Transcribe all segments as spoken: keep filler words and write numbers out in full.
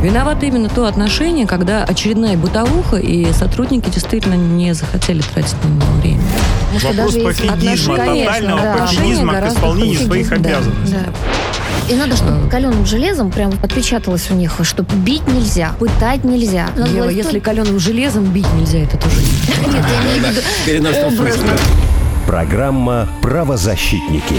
Виновато именно то отношение, когда очередная бытовуха, и сотрудники действительно не захотели тратить на него время. Вопрос пофигизма, тотального да, пофигизма к исполнению своих да, обязанностей. Да. И надо, чтобы каленым железом прям отпечаталось у них, что бить нельзя, пытать нельзя. Надо Ева, власть... если каленым железом бить нельзя, это тоже не Нет, я имею в виду образно. Программа «Правозащитники».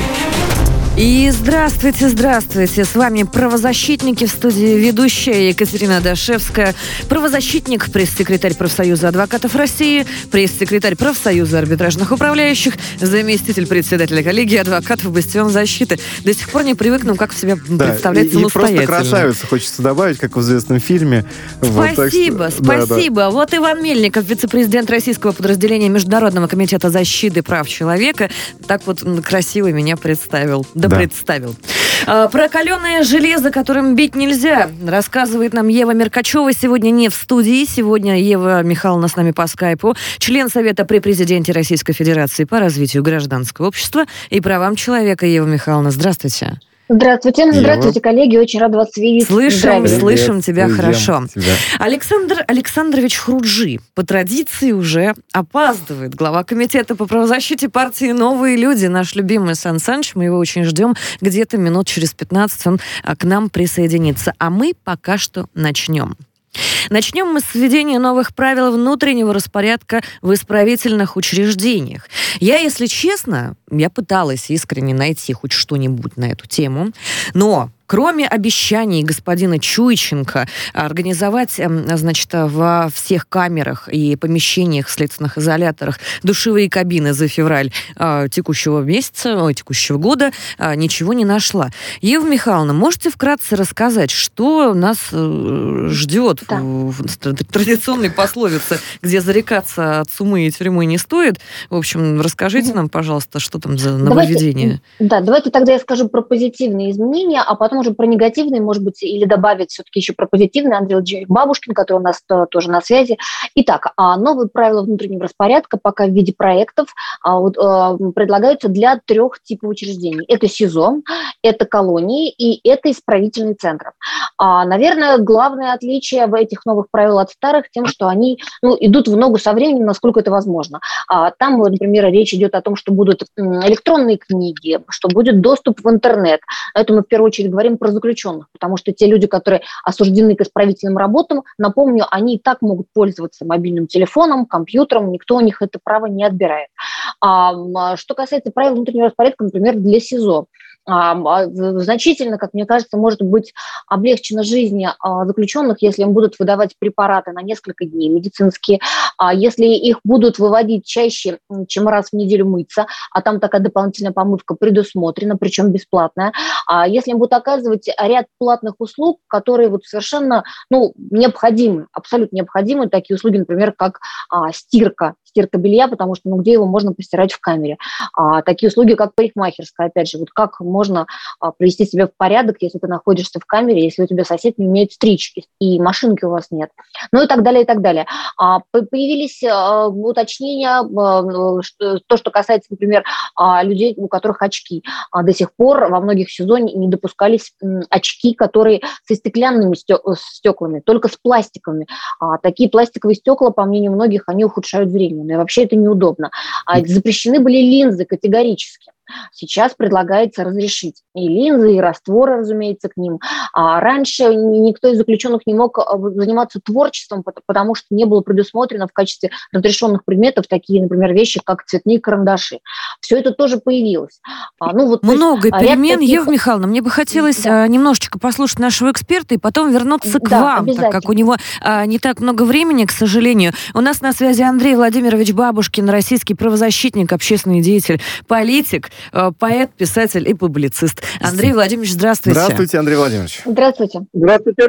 И здравствуйте, здравствуйте. С вами правозащитники, в студии ведущая Екатерина Дашевская, правозащитник, пресс-секретарь профсоюза адвокатов России, пресс-секретарь профсоюза арбитражных управляющих, заместитель председателя коллегии адвокатов «Бастион защиты». До сих пор не привыкну, как в себя да, представлять и, самостоятельно. И просто красавица, хочется добавить, как в известном фильме. Спасибо, вот, что... спасибо. Да, да. Вот Иван Мельников, вице-президент российского подразделения Международного комитета защиты прав человека, так вот красиво меня представил. Да, да. представил. А, про каленое железо, которым бить нельзя, рассказывает нам Ева Меркачева. Сегодня не в студии. Сегодня Ева Михайловна с нами по скайпу. Член Совета при президенте Российской Федерации по развитию гражданского общества и правам человека. Ева Михайловна, здравствуйте. Здравствуйте, здравствуйте, коллеги, очень рада вас видеть. Слышим, Привет. слышим тебя Привет. хорошо. Тебя. Александр Александрович Хруджи по традиции уже опаздывает. Глава комитета по правозащите партии «Новые люди», наш любимый Сан Саныч, мы его очень ждем. Где-то минут через пятнадцать он к нам присоединится. А мы пока что начнем. Начнем мы с введения новых правил внутреннего распорядка в исправительных учреждениях. Я, если честно, я пыталась искренне найти хоть что-нибудь на эту тему, но... Кроме обещаний господина Чуйченко организовать, значит, во всех камерах и помещениях, следственных изоляторах душевые кабины за февраль э, текущего месяца, ой, текущего года, э, ничего не нашла. Ева Михайловна, можете вкратце рассказать, что нас э, ждет да. в, в традиционной пословице, где зарекаться от сумы и тюрьмы не стоит? В общем, расскажите нам, пожалуйста, что там за нововведение. Давайте, да, давайте тогда я скажу про позитивные изменения, а потом уже про негативные, может быть, или добавить все-таки еще про позитивные. Андрей Владимирович Бабушкин, который у нас тоже на связи. Итак, новые правила внутреннего распорядка пока в виде проектов предлагаются для трех типов учреждений. Это СИЗО, это колонии и это исправительные центры. Наверное, главное отличие в этих новых правилах от старых тем, что они ну, идут в ногу со временем, насколько это возможно. Там, например, речь идет о том, что будут электронные книги, что будет доступ в интернет. Это мы в первую очередь говорим про заключенных, потому что те люди, которые осуждены к исправительным работам, напомню, они и так могут пользоваться мобильным телефоном, компьютером, никто у них это право не отбирает. А, что касается правил внутреннего распорядка, например, для СИЗО, значительно, как мне кажется, может быть облегчена жизнь заключенных, если им будут выдавать препараты на несколько дней медицинские, если их будут выводить чаще, чем раз в неделю мыться, а там такая дополнительная помывка предусмотрена, причем бесплатная, если им будут оказывать ряд платных услуг, которые вот совершенно ну, необходимы, абсолютно необходимы, такие услуги, например, как стирка, стирка белья, потому что ну, где его можно постирать в камере, такие услуги, как парикмахерская, опять же, вот как можно а, привести себя в порядок, если ты находишься в камере, если у тебя сосед не умеет стричь, и машинки у вас нет. Ну и так далее, и так далее. А, появились а, уточнения, а, что, то, что касается, например, а, людей, у которых очки. А, до сих пор во многих СИЗО не допускались м, очки, которые со стеклянными стеклами, только с пластиковыми. А, такие пластиковые стекла, по мнению многих, они ухудшают зрение. Но и вообще это неудобно. А, запрещены были линзы категорически. Сейчас предлагается разрешить и линзы, и растворы, разумеется, к ним. А раньше никто из заключенных не мог заниматься творчеством, потому что не было предусмотрено в качестве разрешенных предметов такие, например, вещи, как цветные карандаши. Все это тоже появилось. А, ну, вот, Много есть, перемен, таких... Ева Михайловна. Мне бы хотелось да. немножечко послушать нашего эксперта и потом вернуться к да, вам, так как у него а, не так много времени, к сожалению. У нас на связи Андрей Владимирович Бабушкин, российский правозащитник, общественный деятель, политик, поэт, писатель и публицист. Андрей Владимирович, здравствуйте. Здравствуйте, Андрей Владимирович. Здравствуйте. Здравствуйте.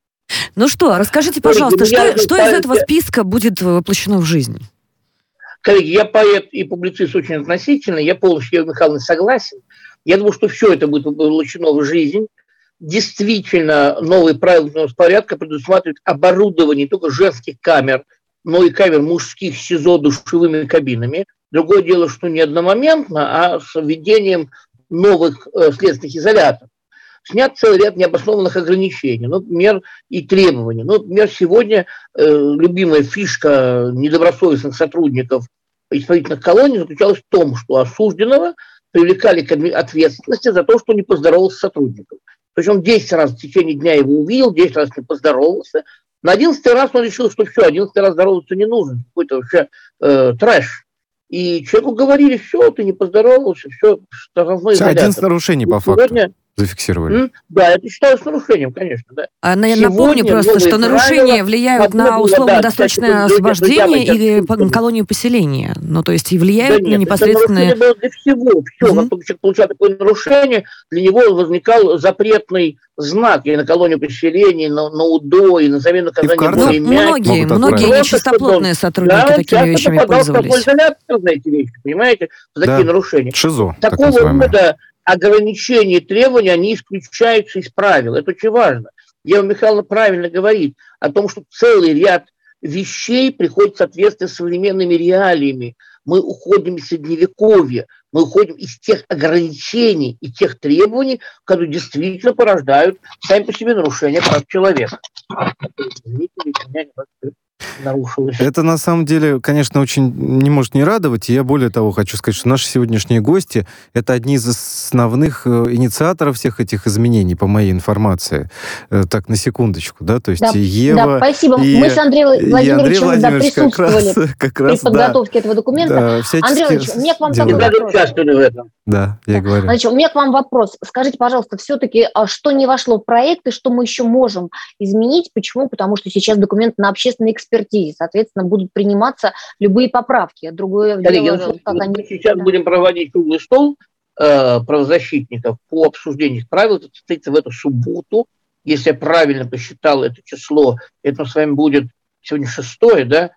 Ну что, расскажите, пожалуйста, что, что из этого списка будет воплощено в жизнь? Коллеги, я поэт и публицист очень относительно, я полностью с Евой Михайловной согласен. Я думаю, что все это будет воплощено в жизнь. Действительно, новые правила распорядка предусматривают оборудование не только женских камер, но и камер мужских СИЗО душевыми кабинами. Другое дело, что не одномоментно, а с введением новых э, следственных изоляторов. снят целый ряд необоснованных ограничений, ну, например, и требований. Ну, например, сегодня э, любимая фишка недобросовестных сотрудников исправительных колоний заключалась в том, что осужденного привлекали к ответственности за то, что не поздоровался с сотрудником. То есть он десять раз в течение дня его увидел, десять раз не поздоровался. На одиннадцатый раз он решил, что все, одиннадцатый раз здороваться не нужен, какой-то вообще э, трэш. И человеку говорили, все, ты не поздоровался, все, штрафной изолятор. одиннадцать нарушений по факту сегодня зафиксировали. М? Да, это считалось нарушением, конечно. Да. А, я напомню просто, что нарушения влияют на условно-досрочное да, освобождение или колонию поселения. Ну, то есть и влияют да нет, на непосредственное... Это было для всего. Все, угу. Как только человек получал такое нарушение, для него возникал запретный знак и на колонию поселения, на, на УДО, и на замену наказания более ну, многие, многие нечистоплотные сотрудники да, такими вещами пользовались. Знаете, вещи, понимаете, за такие да. нарушения. ШИЗО. Такого рода ограничения и требования, они исключаются из правил. Это очень важно. Ева Михайловна правильно говорит о том, что целый ряд вещей приходит в соответствие с современными реалиями. Мы уходим из Средневековья, мы уходим из тех ограничений и тех требований, которые действительно порождают сами по себе нарушения прав человека. Нарушилось. Это на самом деле, конечно, очень не может не радовать. И я более того хочу сказать, что наши сегодняшние гости — это одни из основных инициаторов всех этих изменений, по моей информации. Так, на секундочку, да? То есть да, Ева... Да, спасибо. И, Мы с Андреем Владимировичем да, присутствовали как раз, как раз, при подготовке да, этого документа. Да, Андрей Владимирович, у меня к вам такой вопрос. В этом. Да, я да. говорю. Значит, у меня к вам вопрос. Скажите, пожалуйста, все-таки, что не вошло в проект и что мы еще можем изменить? Почему? Потому что сейчас документ на общественной экспертизе. Соответственно, будут приниматься любые поправки. Другое Коллеги, дело, ну, как мы они... сейчас да. будем проводить круглый стол э, правозащитников по обсуждению их правил. Это состоится в эту субботу. Если я правильно посчитал это число, это с вами будет сегодня шестое, да,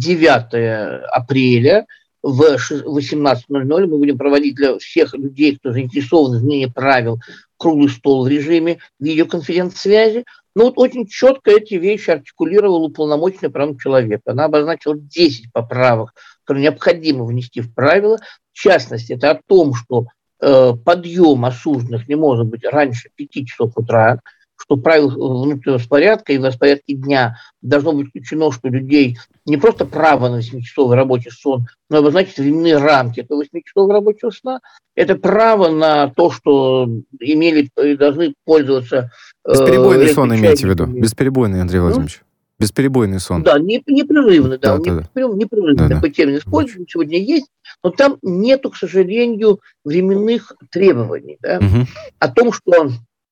девятое апреля в восемнадцать ноль ноль. Мы будем проводить для всех людей, кто заинтересован в изменении правил, круглый стол в режиме видеоконференц-связи. Но вот очень четко эти вещи артикулировал уполномоченный прав человека. Она обозначила десять поправок, которые необходимо внести в правила. В частности, это о том, что э, подъем осужденных не может быть раньше пяти часов утра, что правило внутреннего распорядка и в распорядке дня должно быть включено, что людей не просто право на восьмичасовый рабочий сон, но обозначить временные рамки этого восьмичасового рабочего сна. Это право на то, что имели и должны пользоваться... Бесперебойный э, сон имеете в виду? Бесперебойный, Андрей Владимирович. Ну? Бесперебойный сон. Да, непрерывный, да, да, да, да. непрерывный да, такой да. термин используем, сегодня есть, но там нету, к сожалению, временных требований, да, угу. о том, что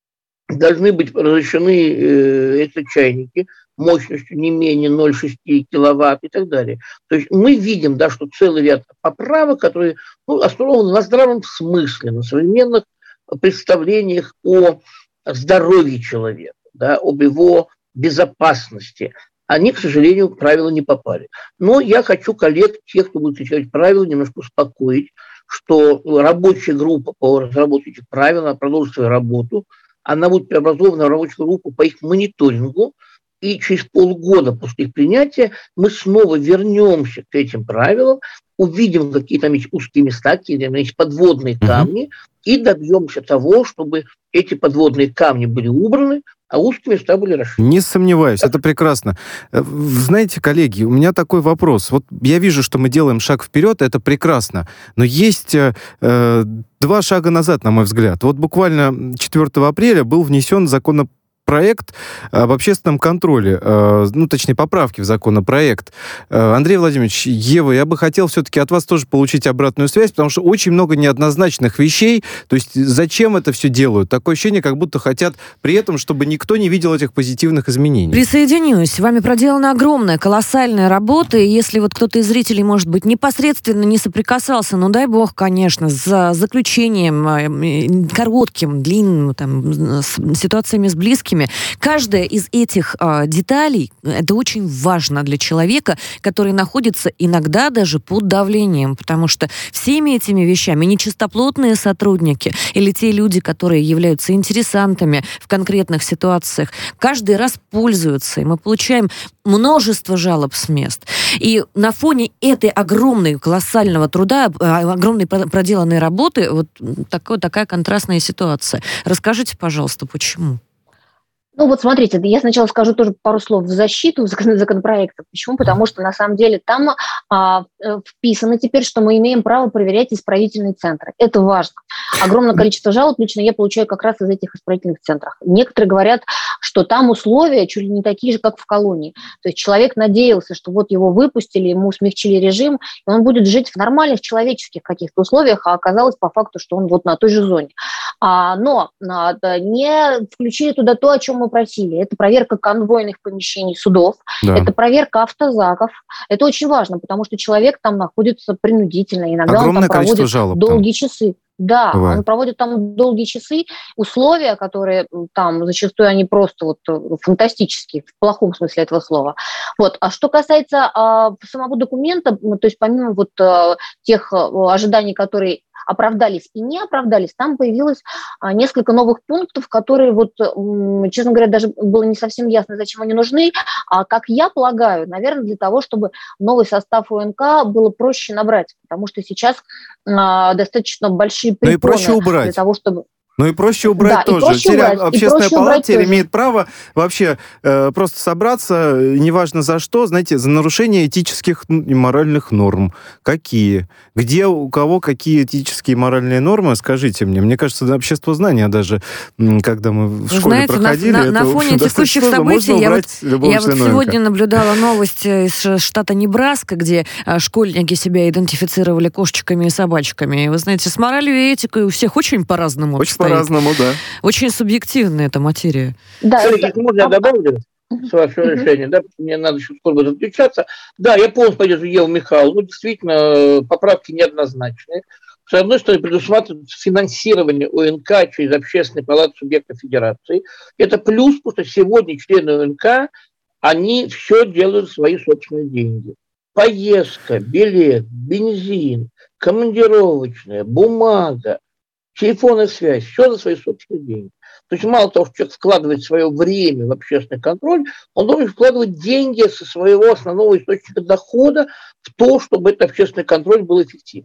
должны быть разрешены э, эти чайники мощностью не менее ноль целых шесть десятых киловатт и так далее. То есть мы видим, да, что целый ряд поправок, которые ну, основаны на здравом смысле, на современных представлениях о здоровье человека, да, об его безопасности, они, к сожалению, в правила не попали. Но я хочу коллег, тех, кто будет изучать правила, немножко успокоить, что рабочая группа по разработке этих правил, она продолжит свою работу, она будет преобразована в рабочую группу по их мониторингу, и через полгода после их принятия мы снова вернемся к этим правилам, увидим, какие там есть узкие места, какие там есть подводные камни, и добьемся того, чтобы эти подводные камни были убраны, а узкие места были расширены. Не сомневаюсь, так. Это прекрасно. Знаете, коллеги, у меня такой вопрос. Вот я вижу, что мы делаем шаг вперед, это прекрасно, но есть э, два шага назад, на мой взгляд. Вот буквально четвёртого апреля был внесен законопроект, проект об общественном контроле, э, ну, точнее, поправки в законопроект. Э, Андрей Владимирович, Ева, я бы хотел все-таки от вас тоже получить обратную связь, потому что очень много неоднозначных вещей. То есть зачем это все делают? Такое ощущение, как будто хотят при этом, чтобы никто не видел этих позитивных изменений. Присоединюсь. Вами проделана огромная, колоссальная работа, и если вот кто-то из зрителей, может быть, непосредственно не соприкасался, ну, дай бог, конечно, с заключением, коротким, длинным, там, с ситуациями с близкими, сотрудниками. Каждая из этих э, деталей, это очень важно для человека, который находится иногда даже под давлением, потому что всеми этими вещами нечистоплотные сотрудники или те люди, которые являются интересантами в конкретных ситуациях, каждый раз пользуются, и мы получаем множество жалоб с мест. И на фоне этой огромной, колоссального труда, огромной проделанной работы, вот такой, такая контрастная ситуация. Расскажите, пожалуйста, почему? Ну вот смотрите, я сначала скажу тоже пару слов в защиту законопроекта. Почему? Потому что на самом деле там а, вписано теперь, что мы имеем право проверять исправительные центры. Это важно. Огромное количество жалоб лично я получаю как раз из этих исправительных центров. Некоторые говорят, что там условия чуть ли не такие же, как в колонии. То есть человек надеялся, что вот его выпустили, ему смягчили режим, и он будет жить в нормальных человеческих каких-то условиях, а оказалось по факту, что он вот на той же зоне. А, но а, не включили туда то, о чем мы просили. Это проверка конвойных помещений судов, да. Это проверка автозаков. Это очень важно, потому что человек там находится принудительно. Иногда огромное он там проводит жалоб долгие там. часы. Да, Бывает. Он проводит там долгие часы. Условия, которые там зачастую они просто вот фантастические, в плохом смысле этого слова. Вот. А что касается а, самого документа, то есть помимо вот а, тех а, ожиданий, которые оправдались и не оправдались, там появилось а, несколько новых пунктов, которые, вот, м, честно говоря, даже было не совсем ясно, зачем они нужны. А как я полагаю, наверное, для того, чтобы новый состав ОНК было проще набрать, потому что сейчас а, достаточно большие препоны ну и проще убрать. Для того, чтобы... Ну и проще убрать да, тоже. Проще Теперь убрать, общественная палата теперь тоже. имеет право вообще э, просто собраться, неважно за что, знаете, за нарушение этических и моральных норм. Какие? Где у кого какие этические и моральные нормы, скажите мне. Мне кажется, на обществознание даже, когда мы в Вы школе знаете, проходили... на, на, это, на фоне текущих событий я вот, я вот сегодня наблюдала новость из штата Небраска, где а, школьники себя идентифицировали кошечками и собачками. И вы знаете, с моралью и этикой у всех очень по-разному Очень обстоит. По-разному, да. Очень субъективная эта материя. Да, это... можно я добавлю с вашего mm-hmm. решения, да, мне надо еще скоро будет отключаться. Да, я полностью поддерживаю Еву Михайловну, действительно, поправки неоднозначные. С одной стороны, предусматривается финансирование ОНК через Общественную палату субъектов федерации. Это плюс, потому что сегодня члены ОНК, они все делают свои собственные деньги. Поездка, билет, бензин, командировочная, бумага, телефонная связь, все за свои собственные деньги. То есть мало того, что человек вкладывает свое время в общественный контроль, он должен вкладывать деньги со своего основного источника дохода в то, чтобы этот общественный контроль был эффективным.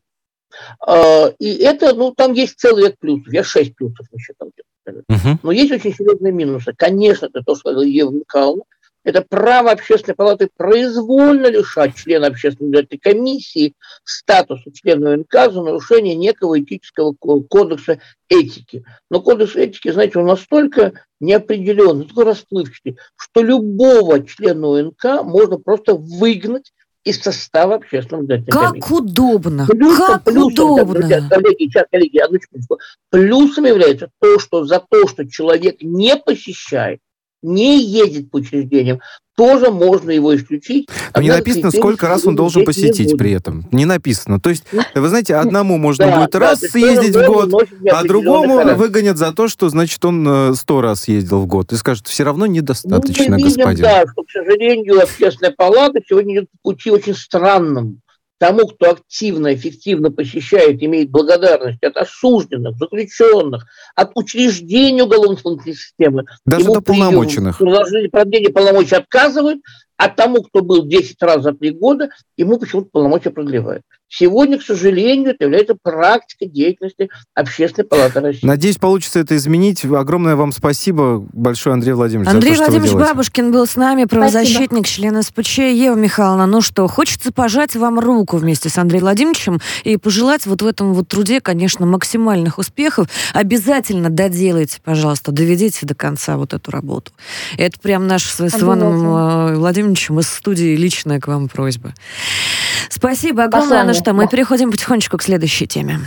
И это, ну, там есть целый ряд плюсов. Я шесть плюсов насчитал. Uh-huh. Но есть очень серьезные минусы. Конечно, это то, что сказала Ева Михайловна. Это право общественной палаты произвольно лишать члена общественной комиссии статуса члена ОНК за нарушение некого этического кодекса этики. Но кодекс этики, знаете, он настолько неопределенный, такой расплывчатый, что любого члена ОНК можно просто выгнать из состава общественной комиссии. Как удобно! Плюсом, как плюсом, удобно! Друзья, коллеги, сейчас, коллеги, одну секундочку. Плюсом является то, что за то, что человек не посещает, не ездит по учреждениям, тоже можно его исключить. Но не написано, сколько раз он должен посетить при этом. Не написано. То есть, вы знаете, одному можно да, будет да, раз съездить в год, а другому выгонят за то, что, значит, он сто раз ездил в год. И скажут, все равно недостаточно, ну, мы видим, господин. Да, что, к сожалению, общественная палата сегодня идет по пути очень странному. Тому, кто активно, эффективно посещает, имеет благодарность от осужденных, заключенных, от учреждений уголовно-исполнительной системы. Даже до полномоченных. Продолжение продления полномочий отказывают, а тому, кто был десять раз за три года, ему почему-то полномочия продлевают. Сегодня, к сожалению, это является практикой деятельности Общественной палаты России. Надеюсь, получится это изменить. Огромное вам спасибо большое, Андрей Владимирович, Андрей за то, Владимирович что вы Бабушкин был с нами, правозащитник, спасибо. Член СПЧ. Ева Михайловна, ну что, хочется пожать вам руку вместе с Андреем Владимировичем и пожелать вот в этом вот труде, конечно, максимальных успехов. Обязательно доделайте, пожалуйста, доведите до конца вот эту работу. Это прям наш с Иваном Владимировичем из студии личная к вам просьба. Спасибо огромное. Ну что, мы переходим потихонечку к следующей теме.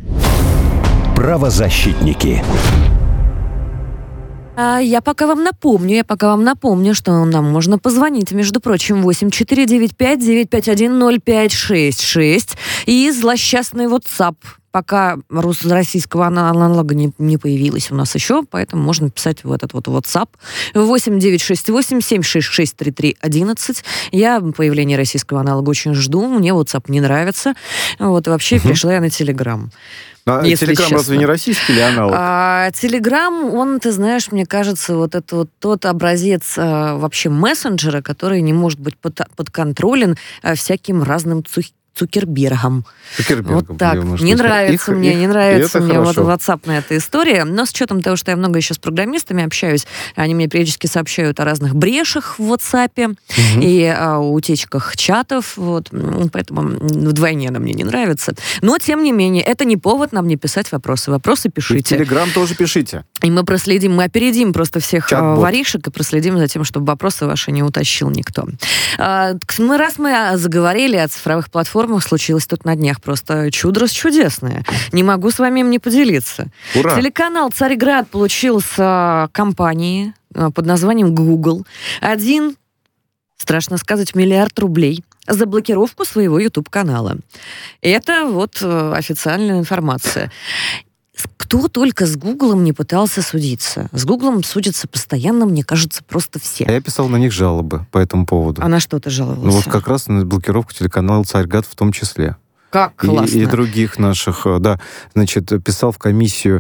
Правозащитники. А я пока вам напомню, я пока вам напомню, что нам можно позвонить, между прочим, восемь четыре девять пять девять пять один ноль пять шесть шесть и злосчастный WhatsApp. пока российского аналога не, не появилось у нас еще, поэтому можно писать в этот вот WhatsApp восемь девятьсот шестьдесят восемь семь шесть шесть три три одиннадцать. Я появление российского аналога очень жду, мне WhatsApp не нравится. Вот, и вообще угу. перешла я на Telegram. А Телеграм разве не российский или аналог? А, Телеграм, он, ты знаешь, мне кажется, вот это вот тот образец а, вообще мессенджера, который не может быть под, подконтролен а, всяким разным цухи. Цукербергом. Цукербергом. Вот так. Не нравится их, мне, их, не нравится мне вот WhatsApp-ная эта история. Но с учетом того, что я много еще с программистами общаюсь, они мне периодически сообщают о разных брешах в WhatsApp угу. и о утечках чатов. Вот. Поэтому вдвойне она мне не нравится. Но, тем не менее, это не повод нам не писать вопросы. Вопросы пишите. И в Telegram тоже пишите. И мы проследим, мы опередим просто всех Чат-бот. воришек и проследим за тем, чтобы вопросы ваши не утащил никто. Мы, раз мы заговорили о цифровых платформах, случилось тут на днях просто чудо чудесное. Не могу с вами им не поделиться. Ура! Телеканал «Царьград» получил с компании под названием Google один, страшно сказать, миллиард рублей за блокировку своего YouTube-канала. Это вот официальная информация. Кто только с Гуглом не пытался судиться. С Гуглом судятся постоянно, мне кажется, просто все. А я писал на них жалобы по этому поводу. А на что ты жаловался? Ну вот как раз на блокировку телеканала «Царьград» в том числе. Как классно. И, и других наших, да. Значит, писал в комиссию,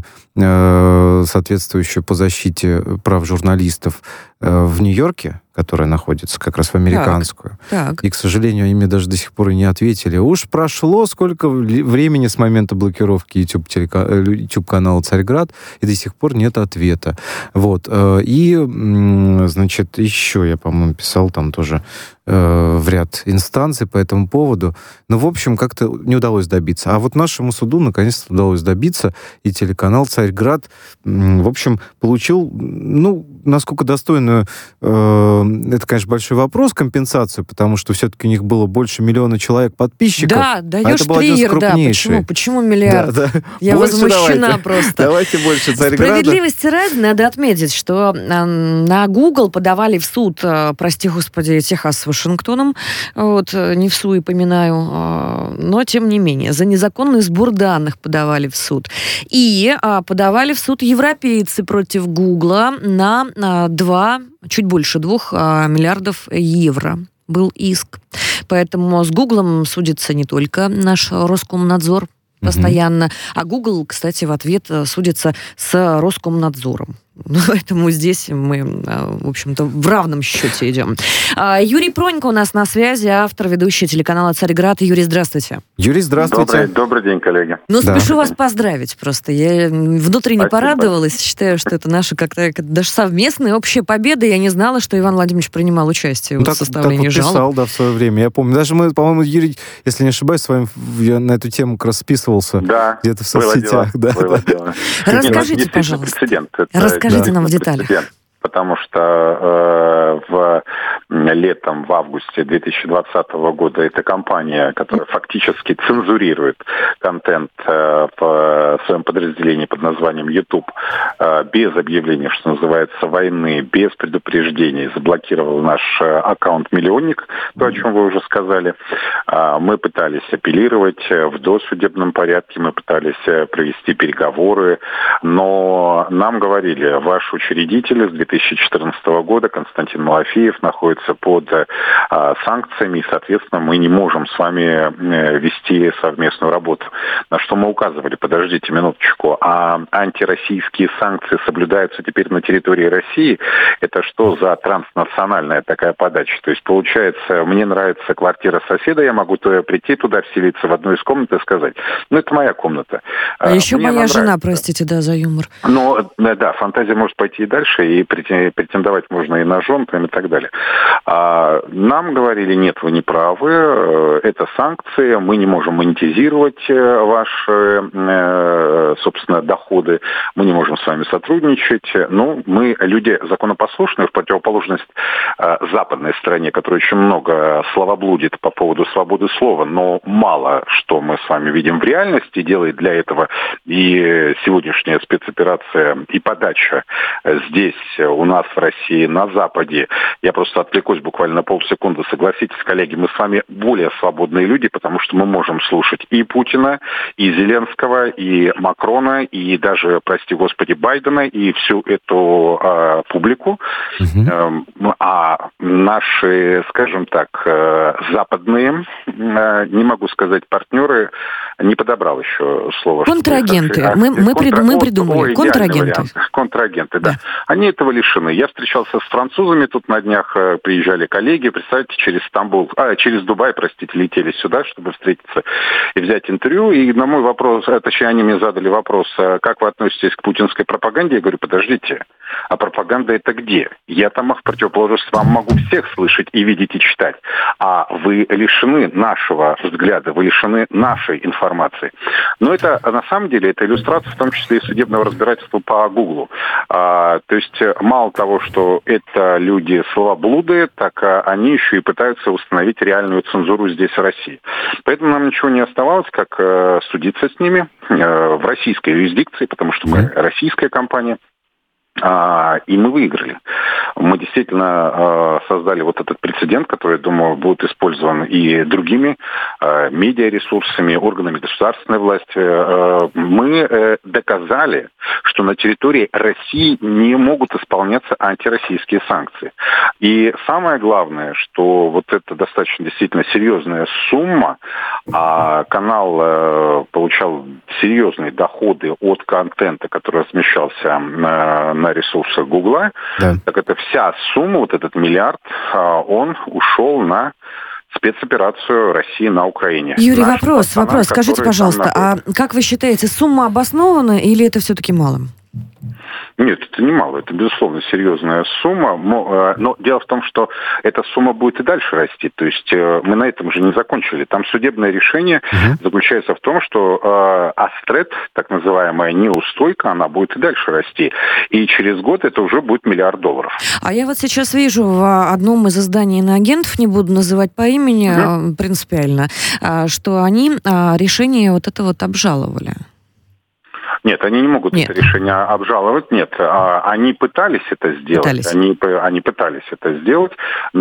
э, соответствующую по защите прав журналистов э, в Нью-Йорке, которая находится как раз в американскую. Так, так. И, к сожалению, они мне даже до сих пор и не ответили. Уж прошло сколько времени с момента блокировки YouTube, телека... YouTube-канала «Царьград», и до сих пор нет ответа. Вот. И, значит, еще я, по-моему, писал там тоже э, в ряд инстанций по этому поводу. Но, в общем, как-то не удалось добиться. А вот нашему суду наконец-то удалось добиться, и телеканал «Царьград», в общем, получил, ну, насколько достойную э, это, конечно, большой вопрос, компенсацию, потому что все-таки у них было больше миллиона человек подписчиков. Да, даешь а это был один из триггер, да. Почему? Почему миллиард? Да, да. Я больше возмущена давайте. просто. Давайте больше Царьграда. Справедливости ради надо отметить, что на Google подавали в суд, прости господи, Техас с Вашингтоном, вот, не в суе поминаю, но тем не менее, за незаконный сбор данных подавали в суд. И подавали в суд европейцы против Гугла на два, чуть больше двух миллиардов евро был иск. Поэтому с Гуглом судится не только наш Роскомнадзор постоянно, mm-hmm. а Google, кстати, в ответ судится с Роскомнадзором. Поэтому здесь мы, в общем-то, в равном счете идем. Юрий Пронько у нас на связи, автор, ведущий телеканала «Царьград». Юрий, здравствуйте. Юрий, здравствуйте. Добрый, добрый день, коллеги. Ну, да. спешу вас поздравить просто. Я внутренне Спасибо. порадовалась. Считаю, что это наша как-то даже совместная общая победа. Я не знала, что Иван Владимирович принимал участие ну, в составлении жалоб. Так вот писал, да, в свое время. Я помню. Даже мы, по-моему, Юрий, если не ошибаюсь, с вами я на эту тему как раз списывался. Да, где-то в соцсетях. Да, было дело. Расскажите, пожалуйста. Прецедент. Расскажите да, нам в деталях. Потому что э, в, летом, в августе две тысячи двадцатого года эта компания, которая фактически цензурирует контент э, в своем подразделении под названием YouTube, э, без объявления, что называется, войны, без предупреждений, заблокировала наш э, аккаунт «Миллионник», то, о чем вы уже сказали. Э, мы пытались апеллировать в досудебном порядке, мы пытались провести переговоры, но нам говорили, ваш учредитель с две тысячи четырнадцатого года, Константин Малафеев, находится под а, санкциями, и, соответственно, мы не можем с вами э, вести совместную работу. На что мы указывали, подождите минуточку, а антироссийские санкции соблюдаются теперь на территории России? Это что за транснациональная такая подача? То есть, получается, мне нравится квартира соседа, я могу туда прийти, туда вселиться в одну из комнат и сказать, ну, это моя комната. А, а еще моя жена, простите, да, за юмор. Ну, да, фантазия может пойти и дальше, и претендовать можно и на жен, и так далее. А нам говорили, нет, вы не правы, это санкции, мы не можем монетизировать ваши, собственно, доходы, мы не можем с вами сотрудничать. Ну, мы люди законопослушные, в противоположность западной стороне, которая очень много словоблудит по поводу свободы слова, но мало что мы с вами видим в реальности, делает для этого и сегодняшняя спецоперация, и подача здесь, у нас в России, на Западе. Я просто отвлекусь буквально на полсекунды. Согласитесь, коллеги, мы с вами более свободные люди, потому что мы можем слушать и Путина, и Зеленского, и Макрона, и даже, прости господи, Байдена, и всю эту э, публику. Uh-huh. Э, а наши, скажем так, э, западные, э, не могу сказать партнеры, не подобрал еще слово. Контрагенты. Что, мы, мы, контра... мы придумали. Ой, Контрагенты. Контрагенты, да. да. Они этого лишены. Я встречался с французами, тут на днях приезжали коллеги, представьте, через Стамбул, а, через Дубай, простите, летели сюда, чтобы встретиться и взять интервью. И на мой вопрос, точнее, они мне задали вопрос, как вы относитесь к путинской пропаганде? Я говорю, подождите, а пропаганда это где? Я там в противоположность вам могу всех слышать и видеть и читать. А вы лишены нашего взгляда, вы лишены нашей информации. Но это, на самом деле, это иллюстрация, в том числе и судебного разбирательства по Гуглу. А, то есть, мало того, что это люди словоблуды, так они еще и пытаются установить реальную цензуру здесь, в России. Поэтому нам ничего не оставалось, как э, судиться с ними э, в российской юрисдикции, потому что мы российская компания. А, и мы выиграли. Мы действительно э, создали вот этот прецедент, который, думаю, будет использован и другими э, медиаресурсами, органами государственной власти. Э, мы э, доказали, что на территории России не могут исполняться антироссийские санкции. И самое главное, что вот это достаточно действительно серьезная сумма, а канал э, получал серьезные доходы от контента, который размещался на, на ресурсах Гугла, да. Так это вся сумма, вот этот миллиард, он ушел на спецоперацию России на Украине. Юрий, Наш вопрос, пацана, вопрос. Скажите, пожалуйста, а как вы считаете, сумма обоснована или это все-таки мало? Нет, это немало, это, безусловно, серьезная сумма, но дело в том, что эта сумма будет и дальше расти, то есть мы на этом же не закончили. Там судебное решение угу. заключается в том, что Астред, так называемая неустойка, она будет и дальше расти, и через год это уже будет миллиард долларов. А я вот сейчас вижу в одном из изданий иноагентов, не буду называть по имени, угу. принципиально, что они решение вот это вот обжаловали. Нет, они не могут нет. это решение обжаловать. Нет, они пытались это сделать. Пытались. Они, они пытались это сделать,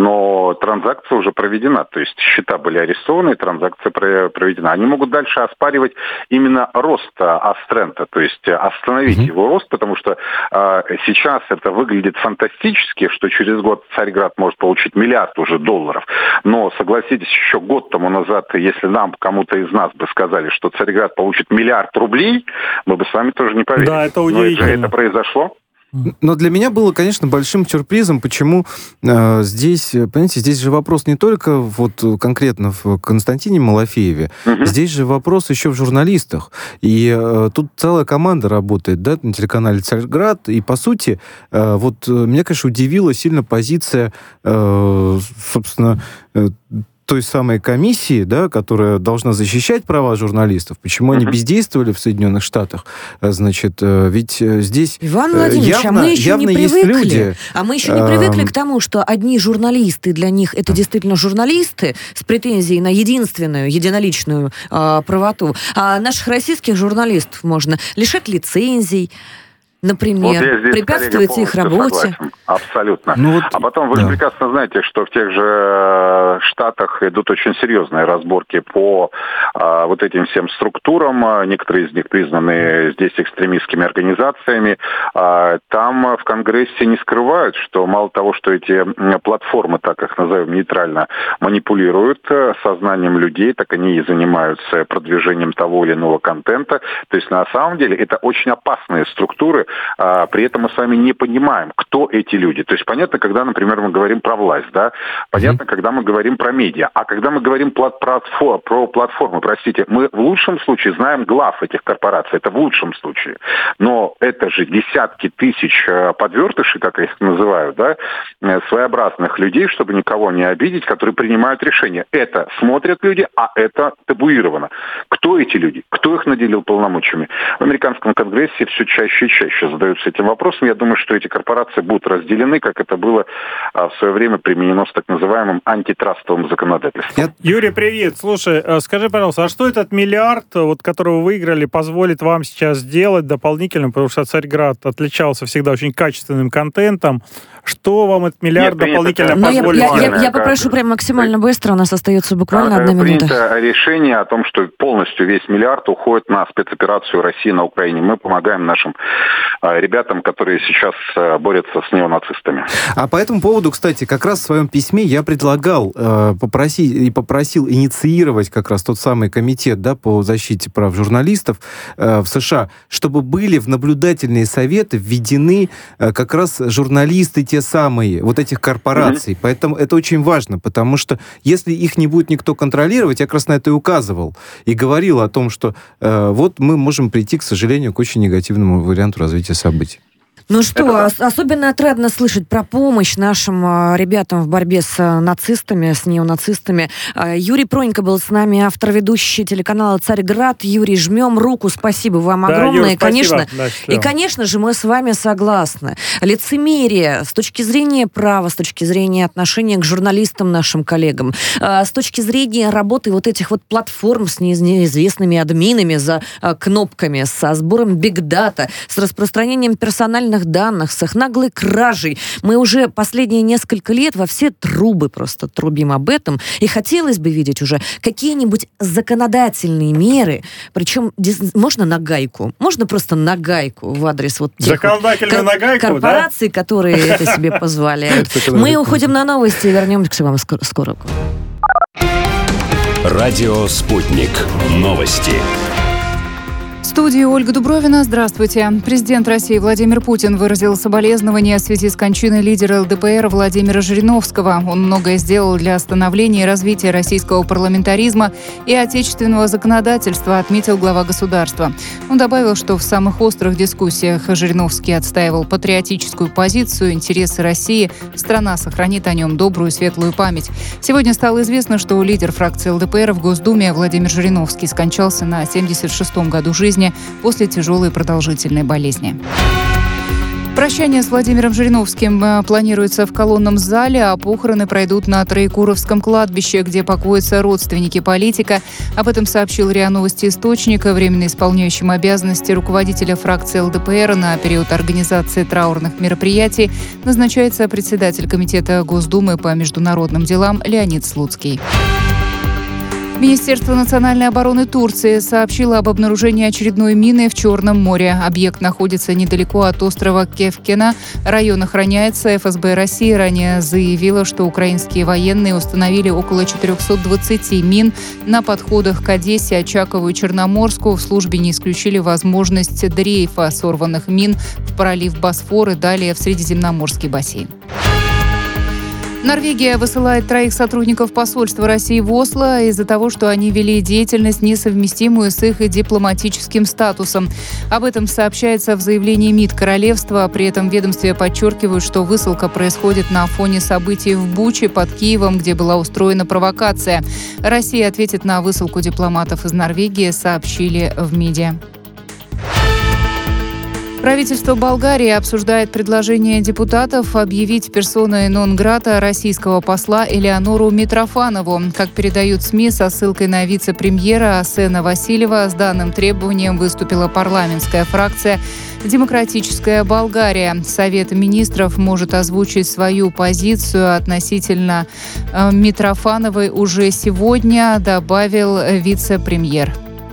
но транзакция уже проведена. То есть счета были арестованы, транзакция проведена. Они могут дальше оспаривать именно рост Астрента, то есть остановить mm-hmm. его рост, потому что сейчас это выглядит фантастически, что через год Царьград может получить миллиард уже долларов. Но, согласитесь, еще год тому назад, если нам, кому-то из нас бы сказали, что Царьград получит миллиард рублей, мы бы с вами тоже не поверили. Да, это удивительно. Но это произошло. Но для меня было, конечно, большим сюрпризом, почему э, здесь, понимаете, здесь же вопрос не только вот конкретно в Константине Малафееве, угу. здесь же вопрос еще в журналистах. И э, тут целая команда работает, да, на телеканале «Царьград», и, по сути, э, вот меня, конечно, удивила сильно позиция, э, собственно, э, той самой комиссии, да, которая должна защищать права журналистов. Почему uh-huh. они бездействовали в Соединенных Штатах? Значит, ведь здесь Иван Владимирович, явно, а мы еще явно не привыкли. Люди, а мы еще не привыкли к тому, что одни журналисты, для них это действительно журналисты с претензией на единственную, единоличную э, правоту. А наших российских журналистов можно лишать лицензий, например, вот препятствовать их работе. Согласен. Абсолютно. Ну, вот, а потом вы да. прекрасно знаете, что в тех же Штатах идут очень серьезные разборки по а, вот этим всем структурам. Некоторые из них признаны здесь экстремистскими организациями. А, там в Конгрессе не скрывают, что мало того, что эти платформы, так их назовем нейтрально, манипулируют сознанием людей, так они и занимаются продвижением того или иного контента. То есть на самом деле это очень опасные структуры. А, при этом мы с вами не понимаем, кто эти люди. То есть понятно, когда, например, мы говорим про власть, да, понятно, mm-hmm. когда мы говорим про медиа, а когда мы говорим про платформы, про платформы, простите, мы в лучшем случае знаем глав этих корпораций, это в лучшем случае, но это же десятки тысяч подвертышей, как я их называю, да, своеобразных людей, чтобы никого не обидеть, которые принимают решения. Это смотрят люди, а это табуировано. Кто эти люди? Кто их наделил полномочиями? В американском Конгрессе все чаще и чаще еще задаются этим вопросом. Я думаю, что эти корпорации будут разделены, как это было в свое время применено с так называемым антитрастовым законодательством. Юрий, привет. Слушай, скажи, пожалуйста, а что этот миллиард, вот, который вы выиграли, позволит вам сейчас сделать дополнительно, потому что Царьград отличался всегда очень качественным контентом. Что вам этот миллиард Нет, дополнительно принято, позволит? Я, я, я, я попрошу прям максимально быстро, у нас остается буквально одна минута. Принято решение о том, что полностью весь миллиард уходит на спецоперацию России на Украине. Мы помогаем нашим э, ребятам, которые сейчас э, борются с неонацистами. А по этому поводу, кстати, как раз в своем письме я предлагал э, попросить и попросил инициировать как раз тот самый комитет, да, по защите прав журналистов э, в США, чтобы были в наблюдательные советы введены э, как раз журналисты те самые, вот этих корпораций. Mm-hmm. Поэтому это очень важно, потому что если их не будет никто контролировать, я как раз на это и указывал, и говорил о том, что э, вот мы можем прийти, к сожалению, к очень негативному варианту развития событий. Ну что, ос- особенно отрадно слышать про помощь нашим э, ребятам в борьбе с э, нацистами, с неонацистами. Э, Юрий Пронько был с нами, автор, ведущий телеканала «Царьград». Юрий, жмем руку, спасибо вам да, огромное. Юр, и, конечно, да, и, конечно же, мы с вами согласны. Лицемерие с точки зрения права, с точки зрения отношения к журналистам, нашим коллегам, э, с точки зрения работы вот этих вот платформ с неизвестными админами за э, кнопками, со сбором бигдата, с распространением персональных данных, с их наглой кражей. Мы уже последние несколько лет во все трубы просто трубим об этом. И хотелось бы видеть уже какие-нибудь законодательные меры, причем можно на гайку, можно просто на гайку в адрес вот тех законодательную вот на гайку, корпораций, да? которые это себе позволяют. Мы уходим на новости и вернемся к вам скоро. Радио «Спутник». Новости. В студии Ольга Дубровина. Здравствуйте. Президент России Владимир Путин выразил соболезнования в связи с кончиной лидера эл дэ пэ эр Владимира Жириновского. Он многое сделал для становления и развития российского парламентаризма и отечественного законодательства, отметил глава государства. Он добавил, что в самых острых дискуссиях Жириновский отстаивал патриотическую позицию, интересы России. Страна сохранит о нем добрую и светлую память. Сегодня стало известно, что лидер фракции эл дэ пэ эр в Госдуме Владимир Жириновский скончался на семьдесят шестом году жизни после тяжелой продолжительной болезни. Прощание с Владимиром Жириновским планируется в колонном зале, а похороны пройдут на Троекуровском кладбище, где покоятся родственники политика. Об этом сообщил РИА Новости источник. Временно исполняющим обязанности руководителя фракции эл дэ пэ эр на период организации траурных мероприятий назначается председатель Комитета Госдумы по международным делам Леонид Слуцкий. Министерство национальной обороны Турции сообщило об обнаружении очередной мины в Черном море. Объект находится недалеко от острова Кефкена. Район охраняется. эф эс бэ России ранее заявила, что украинские военные установили около четыреста двадцать мин на подходах к Одессе, Очакову и Черноморску. В службе не исключили возможность дрейфа сорванных мин в пролив Босфор и далее в Средиземноморский бассейн. Норвегия высылает троих сотрудников посольства России в Осло из-за того, что они вели деятельность, несовместимую с их дипломатическим статусом. Об этом сообщается в заявлении МИД королевства. При этом ведомстве подчеркивают, что высылка происходит на фоне событий в Буче под Киевом, где была устроена провокация. Россия ответит на высылку дипломатов из Норвегии, сообщили в МИДе. Правительство Болгарии обсуждает предложение депутатов объявить персоной нон-грата российского посла Элеонору Митрофанову. Как передают СМИ со ссылкой на вице-премьера Асена Васильева, с данным требованием выступила парламентская фракция «Демократическая Болгария». Совет министров может озвучить свою позицию относительно Митрофановой уже сегодня, добавил вице-премьер.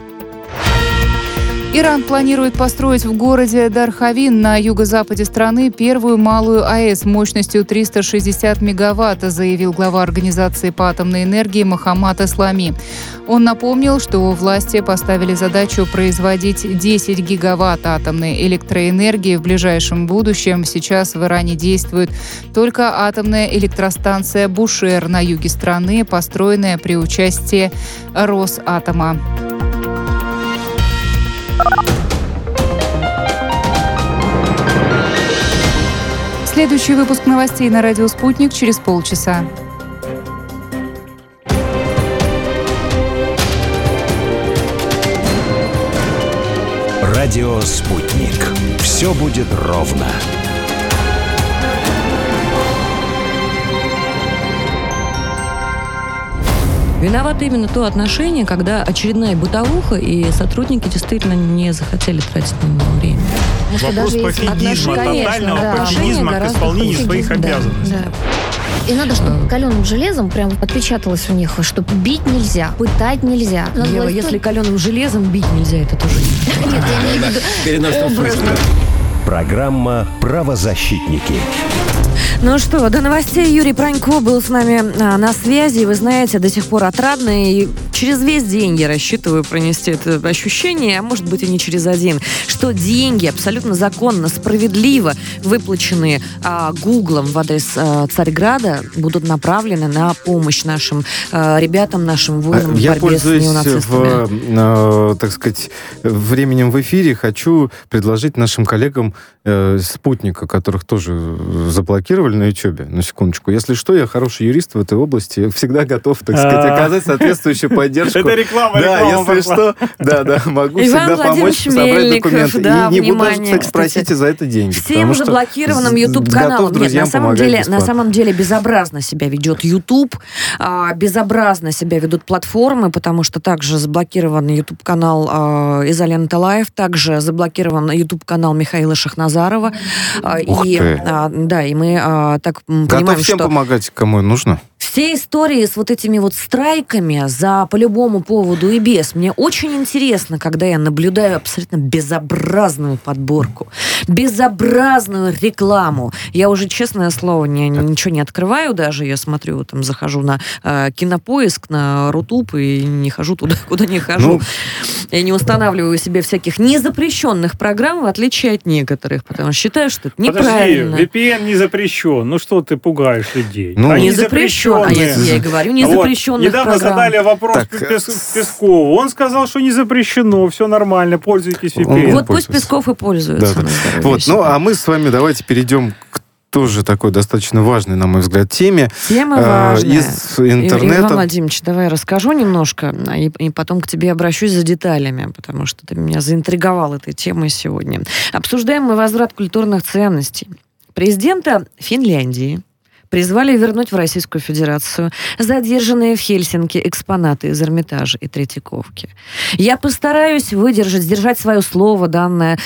Иран планирует построить в городе Дархавин на юго-западе страны первую малую АЭС мощностью триста шестьдесят мегаватт, заявил глава Организации по атомной энергии Мохаммад Эслами. Он напомнил, что власти поставили задачу производить десять гигаватт атомной электроэнергии в ближайшем будущем. Сейчас в Иране действует только атомная электростанция Бушер на юге страны, построенная при участии Росатома. Следующий выпуск новостей на радио «Спутник» через полчаса. Радио «Спутник». все будет ровно. Виновато именно то отношение, когда очередная бытовуха, и сотрудники действительно не захотели тратить на него время. Вопрос пофигизма, тотального да. пофигизма к исполнению своих да, обязанностей. Да. И надо, чтобы каленым железом прям отпечаталось у них, что бить нельзя, пытать нельзя. Надо Ева, власть- если каленым железом бить нельзя, это тоже не. Нет, я имею в виду образно. Программа «Правозащитники». Ну что, до новостей Юрий Пронько был с нами а, на связи. Вы знаете, до сих пор отрадно. И через весь день я рассчитываю пронести это ощущение, а может быть и не через один, что деньги абсолютно законно, справедливо выплаченные а, Гуглом в адрес а, Царьграда будут направлены на помощь нашим а, ребятам, нашим воинам в Я борьбе с пользуюсь, неонацистами. в, э, так сказать, временем в эфире, хочу предложить нашим коллегам э, Спутника, которых тоже заблокировали на Ютьюбе, на секундочку. Если что, я хороший юрист в этой области, всегда готов, так сказать, оказать соответствующую поддержку. Это реклама, Да, реклама если что, да, да, могу Иван всегда помочь Владимирович собрать Мельников, документы. да, И не буду, внимание, кстати, просить кстати. за это деньги. Всем потому что заблокированным с- YouTube-каналом. готов Нет, на друзьям самом, помогать деле, на бесплатно. самом деле безобразно себя ведет YouTube, а, безобразно себя ведут платформы, потому что также заблокирован YouTube-канал а, «Изолента Лайв», также заблокирован YouTube-канал Михаила Шахназарова. А, Ух и, ты. а, да, и мы а, так м, Готов понимаем, всем что помогать, кому нужно. все истории с вот этими вот страйками за по любому поводу и без. Мне очень интересно, когда я наблюдаю абсолютно безобразную подборку, безобразную рекламу. Я уже, честное слово, не, ничего не открываю даже. Я смотрю, там, захожу на э, Кинопоиск, на Рутуб и не хожу туда, куда не хожу. Ну, Я не устанавливаю себе всяких незапрещенных программ, в отличие от некоторых, потому что считаю, что это неправильно. Подожди, ви пи эн не запрещен. Ну что ты пугаешь людей? Ну, Они Не запрещен, а я, запрещенные. я и говорю, Вот. незапрещенных Недавно программ. задали вопрос Так, Пес- Пескову. Он сказал, что не запрещено, все нормально, пользуйтесь ви пи эн. Он Вот пусть пользуется. Песков и пользуется. Да, на здоровье, Вот, всё. ну а мы с вами давайте перейдем к тоже такой достаточно важной, на мой взгляд, теме. Тема Э, важная. Из И- интернета. Иван Владимирович, давай я расскажу немножко, а и, и потом к тебе обращусь за деталями, потому что ты меня заинтриговал этой темой сегодня. Обсуждаем мы возврат культурных ценностей. Президента Финляндии призвали вернуть в Российскую Федерацию задержанные в Хельсинки экспонаты из Эрмитажа и Третьяковки. Я постараюсь выдержать, сдержать свое слово, данное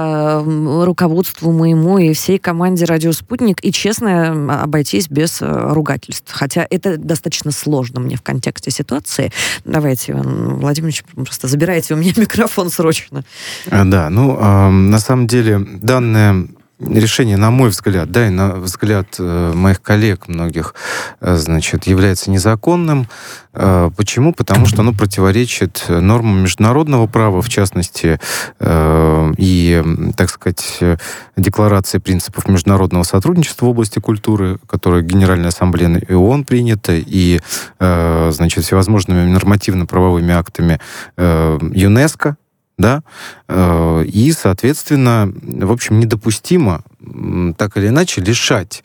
э, руководству моему и всей команде «Радио Спутник», и честно обойтись без э, ругательств. Хотя это достаточно сложно мне в контексте ситуации. Давайте, Иван Владимирович, просто забирайте у меня микрофон срочно. А, Да, ну, а, на самом деле, данное решение, на мой взгляд, да, и на взгляд э, моих коллег многих, э, значит, является незаконным. Э, почему? Потому что оно противоречит нормам международного права, в частности, э, и, так сказать, декларации принципов международного сотрудничества в области культуры, которая Генеральной Ассамблеей ООН принята, и, э, значит, всевозможными нормативно-правовыми актами э, ЮНЕСКО, да, э, и, соответственно, в общем, недопустимо м, так или иначе лишать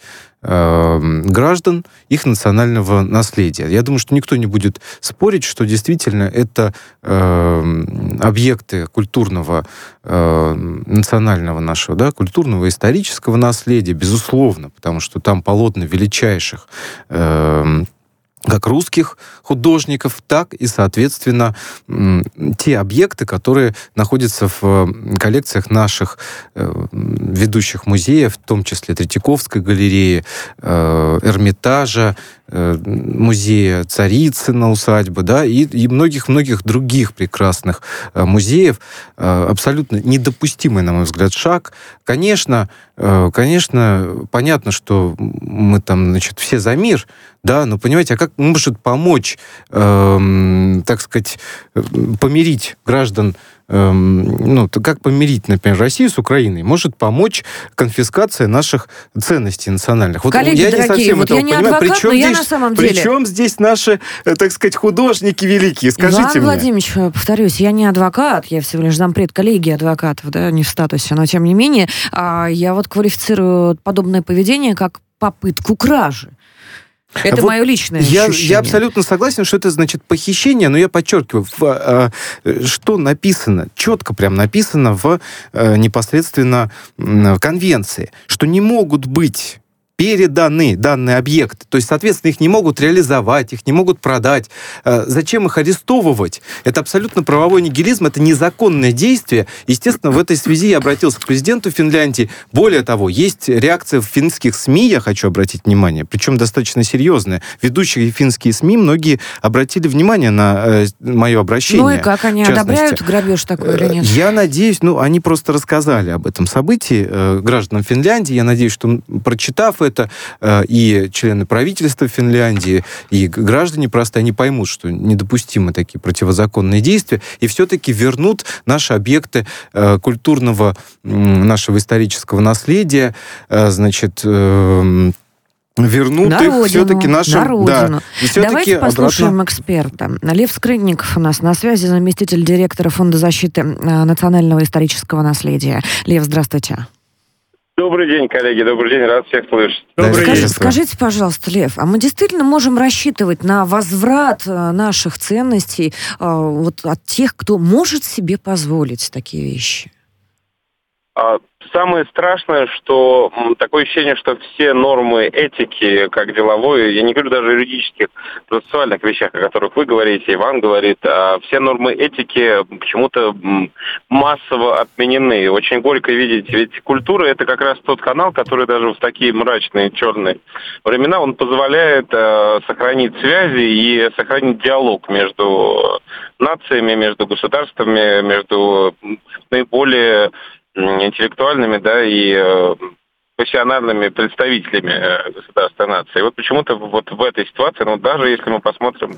э, граждан их национального наследия. Я думаю, что никто не будет спорить, что действительно это э, объекты культурного, э, национального нашего, да, культурного исторического наследия, безусловно, потому что там полотна величайших э, как русских художников, так и, соответственно, те объекты, которые находятся в коллекциях наших ведущих музеев, в том числе Третьяковской галереи, Эрмитажа, музея Царицына усадьбы, да, и, и многих-многих других прекрасных музеев. Абсолютно недопустимый, на мой взгляд, шаг. Конечно, конечно, понятно, что мы там, значит, все за мир, да, но, понимаете, а как может помочь, э, так сказать, помирить граждан, э, ну, как помирить, например, Россию с Украиной? Может помочь конфискация наших ценностей национальных. Вот Коллеги я дорогие, не совсем вот этого я не понимаю. адвокат, Причем но я здесь, на самом деле... Причем здесь наши, так сказать, художники великие? Скажите Иван мне. Владимирович, повторюсь, я не адвокат, я всего лишь зампред коллегии адвокатов, да, не в статусе, но тем не менее, я вот квалифицирую подобное поведение как попытку кражи. Это вот мое личное я, ощущение. Я абсолютно согласен, что это значит похищение, но я подчеркиваю, в, э, что написано, четко прям написано в э, непосредственно э, конвенции, что не могут быть переданы данные объекты. То есть, соответственно, их не могут реализовать, их не могут продать. Зачем их арестовывать? Это абсолютно правовой нигилизм, это незаконное действие. Естественно, в этой связи я обратился к президенту Финляндии. Более того, есть реакция в финских СМИ, я хочу обратить внимание, причем достаточно серьезная. Ведущие финские СМИ, многие обратили внимание на э, мое обращение. Ну и как, они одобряют грабеж такой или нет? Я надеюсь, ну, они просто рассказали об этом событии э, гражданам Финляндии. Я надеюсь, что, прочитав это, это и члены правительства Финляндии, и граждане просто, они поймут, что недопустимы такие противозаконные действия, и все-таки вернут наши объекты культурного, нашего исторического наследия, значит, вернут на их родину, все-таки нашим... На родину. Да, давайте послушаем обратно... эксперта. Лев Скрынников у нас на связи, заместитель директора Фонда защиты национального исторического наследия. Лев, здравствуйте. Добрый день, коллеги, добрый день, рад всех слышать. Добрый Скажи, день. Скажите, пожалуйста, Лев, а мы действительно можем рассчитывать на возврат наших ценностей э, вот от тех, кто может себе позволить такие вещи? Самое страшное, что такое ощущение, что все нормы этики, как деловой, я не говорю даже о юридических, процессуальных вещах, о которых вы говорите, Иван говорит, а все нормы этики почему-то массово отменены. Очень горько видеть, ведь культура — это как раз тот канал, который даже в такие мрачные, черные времена, он позволяет э, сохранить связи и сохранить диалог между нациями, между государствами, между наиболее интеллектуальными, да, и э, профессиональными представителями э, государства нации. И вот почему-то вот в этой ситуации, ну, даже если мы посмотрим э,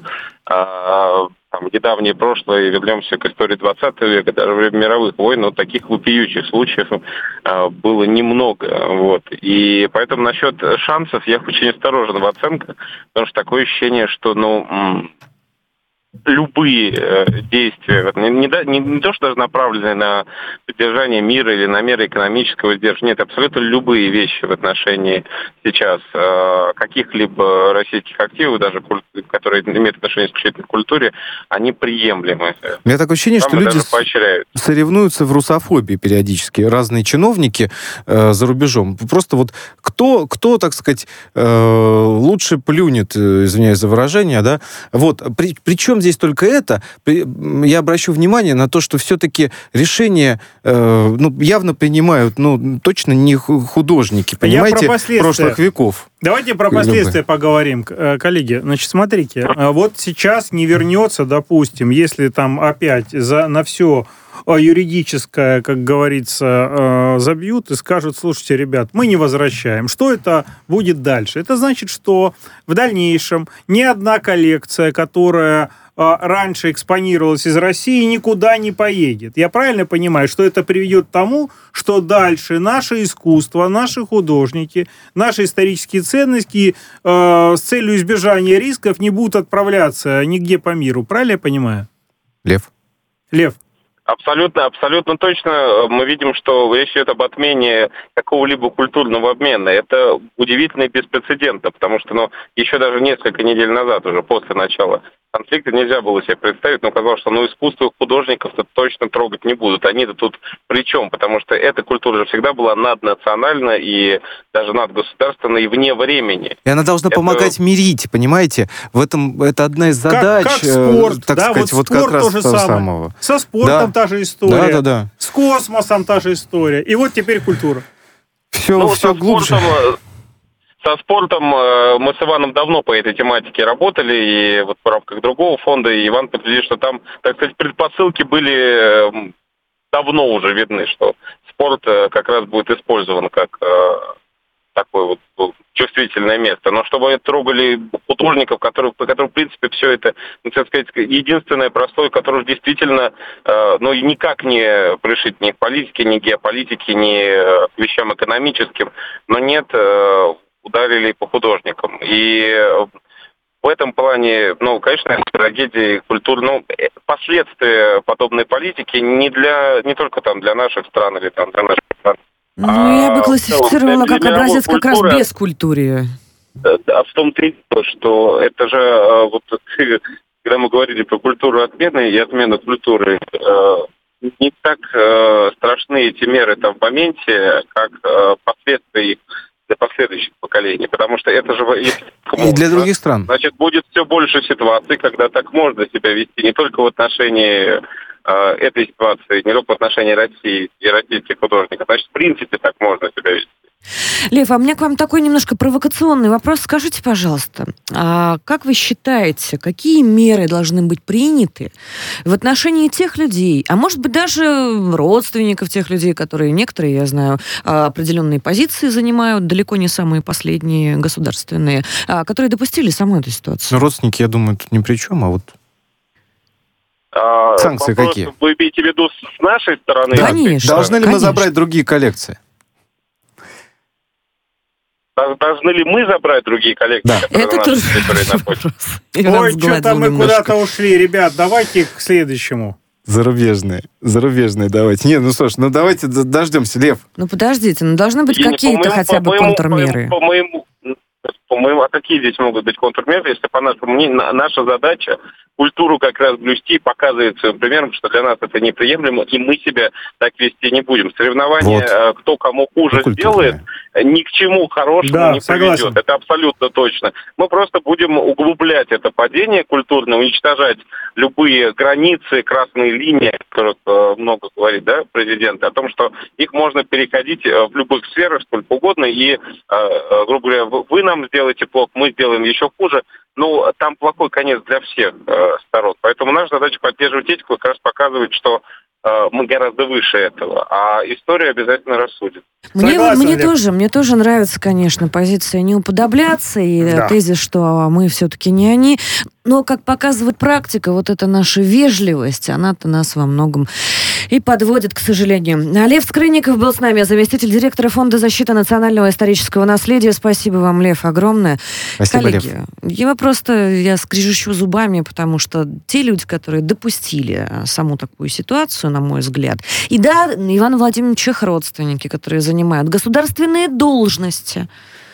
там, недавнее прошлое и вернемся к истории двадцатого века, даже во время мировых войн, ну, таких вопиющих случаев э, было немного. Вот. И поэтому насчет шансов я очень осторожен в оценках, потому что такое ощущение, что, ну, м- любые э, действия, не, не, не, не то, что даже направленные на поддержание мира или на меры экономического сдерживания, нет, абсолютно любые вещи в отношении сейчас э, каких-либо российских активов, даже которые имеют отношение исключительно к культуре, они приемлемы. У меня такое ощущение, Там что люди поощряют. соревнуются в русофобии периодически. Разные чиновники э, за рубежом. Просто вот кто, кто так сказать, э, лучше плюнет, извиняюсь за выражение, да, вот, при, причем здесь только это, я обращу внимание на то, что все-таки решения э, ну, явно принимают, ну, точно не художники, понимаете, прошлых веков. Давайте про последствия Любы. поговорим, коллеги. Значит, смотрите, вот сейчас не вернется, допустим, если там опять за, на все юридическое, как говорится, забьют и скажут: слушайте, ребят, мы не возвращаем. Что это будет дальше? Это значит, что в дальнейшем ни одна коллекция, которая раньше экспонировалась из России, никуда не поедет. Я правильно понимаю, что это приведет к тому, что дальше наше искусство, наши художники, наши исторические ценности э, с целью избежания рисков не будут отправляться нигде по миру. Правильно я понимаю? Лев. Лев. Абсолютно, абсолютно точно. Мы видим, что речь идет об отмене какого-либо культурного обмена. Это удивительно и беспрецедентно, потому что, ну, еще даже несколько недель назад, уже после начала конфликта, нельзя было себе представить, но казалось, что, ну, искусство художников-то точно трогать не будут. Они-то тут при чем? Потому что эта культура же всегда была наднациональна и даже надгосударственна и вне времени. И она должна это... помогать мирить, понимаете? В этом это одна из задач, как, как спорт, так да, сказать, вот, вот спорт как раз тоже того самое. самого. Со спортом да. та же история. Да, да, да. С космосом та же история. И вот теперь культура. Все, ну, все глубже. Спортом... Со спортом мы с Иваном давно по этой тематике работали, и вот в рамках другого фонда, и Иван подтвердит, что там, так сказать, предпосылки были давно уже видны, что спорт как раз будет использован как такое вот чувствительное место. Но чтобы они трогали художников, которые, которые, в принципе, все это, ну, так сказать, единственное простое, которое действительно, э, ну, никак не пришить ни к политике, ни к геополитике, ни к вещам экономическим, но нет, э, ударили по художникам. И в этом плане, ну, конечно, трагедии культуры, ну, последствия подобной политики не для, не только там для наших стран или там для наших стран. Ну, а, я бы классифицировала как образец как раз бескультурия. А в том-то и дело, что это же, вот, когда мы говорили про культуру отмены и отмену культуры, не так страшны эти меры там в моменте, как последствия их для последующих поколений, потому что это же... И для других стран. Значит, будет все больше ситуаций, когда так можно себя вести не только в отношении э, этой ситуации, не только в отношении России и российских художников, значит, в принципе так можно себя вести. Лев, а у меня к вам такой немножко провокационный вопрос. Скажите, пожалуйста, а как вы считаете, какие меры должны быть приняты в отношении тех людей, а может быть даже родственников тех людей, которые некоторые, я знаю, определенные позиции занимают, далеко не самые последние государственные, которые допустили саму эту ситуацию? Ну, родственники, я думаю, тут ни при чем, а вот... А, санкции вопрос, какие? Вы имеете в виду с нашей стороны? Да, конечно. Должны ли конечно. мы забрать другие коллекции? Должны ли мы забрать другие коллекции, да. которые Это у нас тоже находятся? Ой, что-то мы куда-то ушли. Ребят, давайте к следующему. Зарубежные. Зарубежные давайте. Не, ну слушай, ну давайте дождемся, Лев. Ну подождите, ну должны быть И, какие-то хотя бы по-моему, контрмеры. По моему, по моему, а какие здесь могут быть контрмеры, если по нашему мнению, наша задача культуру как раз блюсти, показывает своим примером, что для нас это неприемлемо, и мы себя так вести не будем. Соревнования, вот. Кто кому хуже ну, сделает, ни к чему хорошему да, не согласен. приведет. Это абсолютно точно. Мы просто будем углублять это падение культурное, уничтожать любые границы, красные линии, о которых э, много говорит, да, президент, о том, что их можно переходить в любых сферах, сколько угодно, и, э, грубо говоря, вы нам сделаете плохо, мы сделаем еще хуже. Ну, там плохой конец для всех э, сторон. Поэтому наша задача поддерживать этику, как раз показывать, что э, мы гораздо выше этого. А история обязательно рассудит. Мне, Согласен, мне Лев. тоже, мне тоже нравится, конечно, позиция не уподобляться и да. тезис, что мы все-таки не они. Но, как показывает практика, вот эта наша вежливость, она-то нас во многом и подводит, к сожалению. Лев Скрынников был с нами, заместитель директора Фонда защиты национального исторического наследия. Спасибо вам, Лев, огромное. Спасибо, коллеги, Лев. Я просто, я скрежещу зубами, потому что те люди, которые допустили саму такую ситуацию, на мой взгляд, и да, Иван Владимирович, их родственники, которые занимают государственные должности,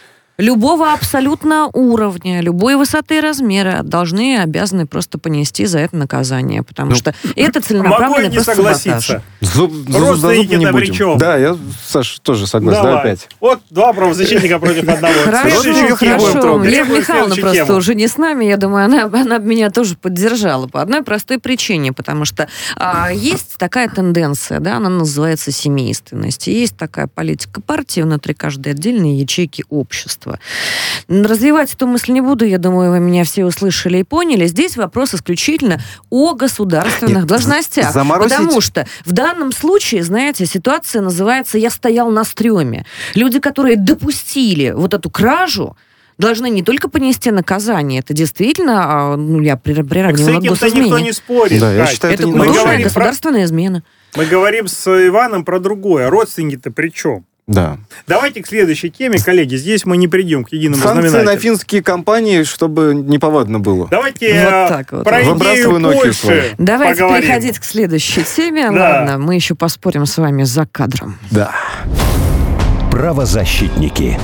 любого абсолютно уровня, любой высоты и размера, должны и обязаны просто понести за это наказание, потому ну, что это целенаправленный просто согласиться. Зуб, Родственники не на будем. причем? Да, я, Саш, тоже согласен. Давай. Давай опять. Вот два правозащитника против одного. Хорошо, Следующую тему. хорошо. Лев Требуем Михайловна следующую просто тему. уже не с нами, я думаю, она, она бы меня тоже поддержала по одной простой причине, потому что а, есть такая тенденция, да, она называется семейственность, и есть такая политика партии внутри каждой отдельной ячейки общества. Развивать эту мысль не буду, я думаю, вы меня все услышали и поняли. Здесь вопрос исключительно о государственных Нет, должностях. заморозить... Потому что в данном случае, знаете, ситуация называется «я стоял на стреме». Люди, которые допустили вот эту кражу, должны не только понести наказание, это действительно, ну, я приравниваю С этим-то никто не спорит. Да, я Кать. считаю, это это не культурная нужно. государственная измена. Мы говорим с Иваном про другое. Родственники-то при чем? Да. Давайте к следующей теме, коллеги. Здесь мы не придем к единому Санкции знаменателю. на финские компании, чтобы неповадно было. Давайте Вот э, так вот. про идею Выбрасываю ноги Польши свои. Давайте поговорим. переходить к следующей теме. Да. Ладно, мы еще поспорим с вами за кадром. Да. Правозащитники.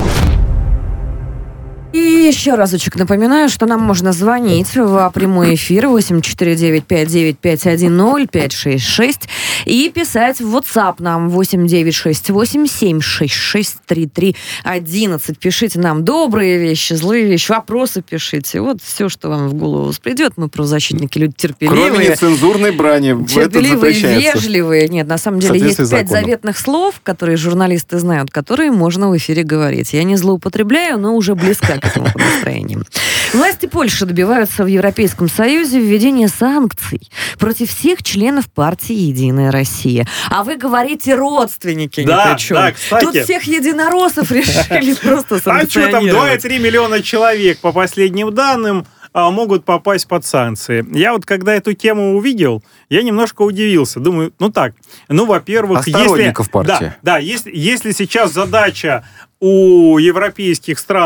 И еще разочек напоминаю, что нам можно звонить в прямой эфир восемь четыре девять пять девять пять один ноль пять шесть шесть и писать в WhatsApp нам восемь девять шесть восемь семь шесть шесть три три одиннадцать. Пишите нам добрые вещи, злые вещи, вопросы пишите. Вот все, что вам в голову придет. Мы правозащитники, люди терпеливые. Кроме нецензурной брани. Это Терпеливые, запрещается. вежливые. Нет, на самом деле есть пять заветных слов, которые журналисты знают, которые можно в эфире говорить. Я не злоупотребляю, но уже близка к этому по настроениям. Власти Польши добиваются в Европейском Союзе введения санкций против всех членов партии «Единая Россия». А вы говорите родственники Да, ни при чем. да, кстати. Тут всех единороссов решили просто А что там, санкционировать. два и три миллиона человек, по последним данным, а, могут попасть под санкции. Я вот, когда эту тему увидел, я немножко удивился. Думаю, ну так, ну, во-первых... А сторонников если, партии. Да, да если, если сейчас задача у европейских стран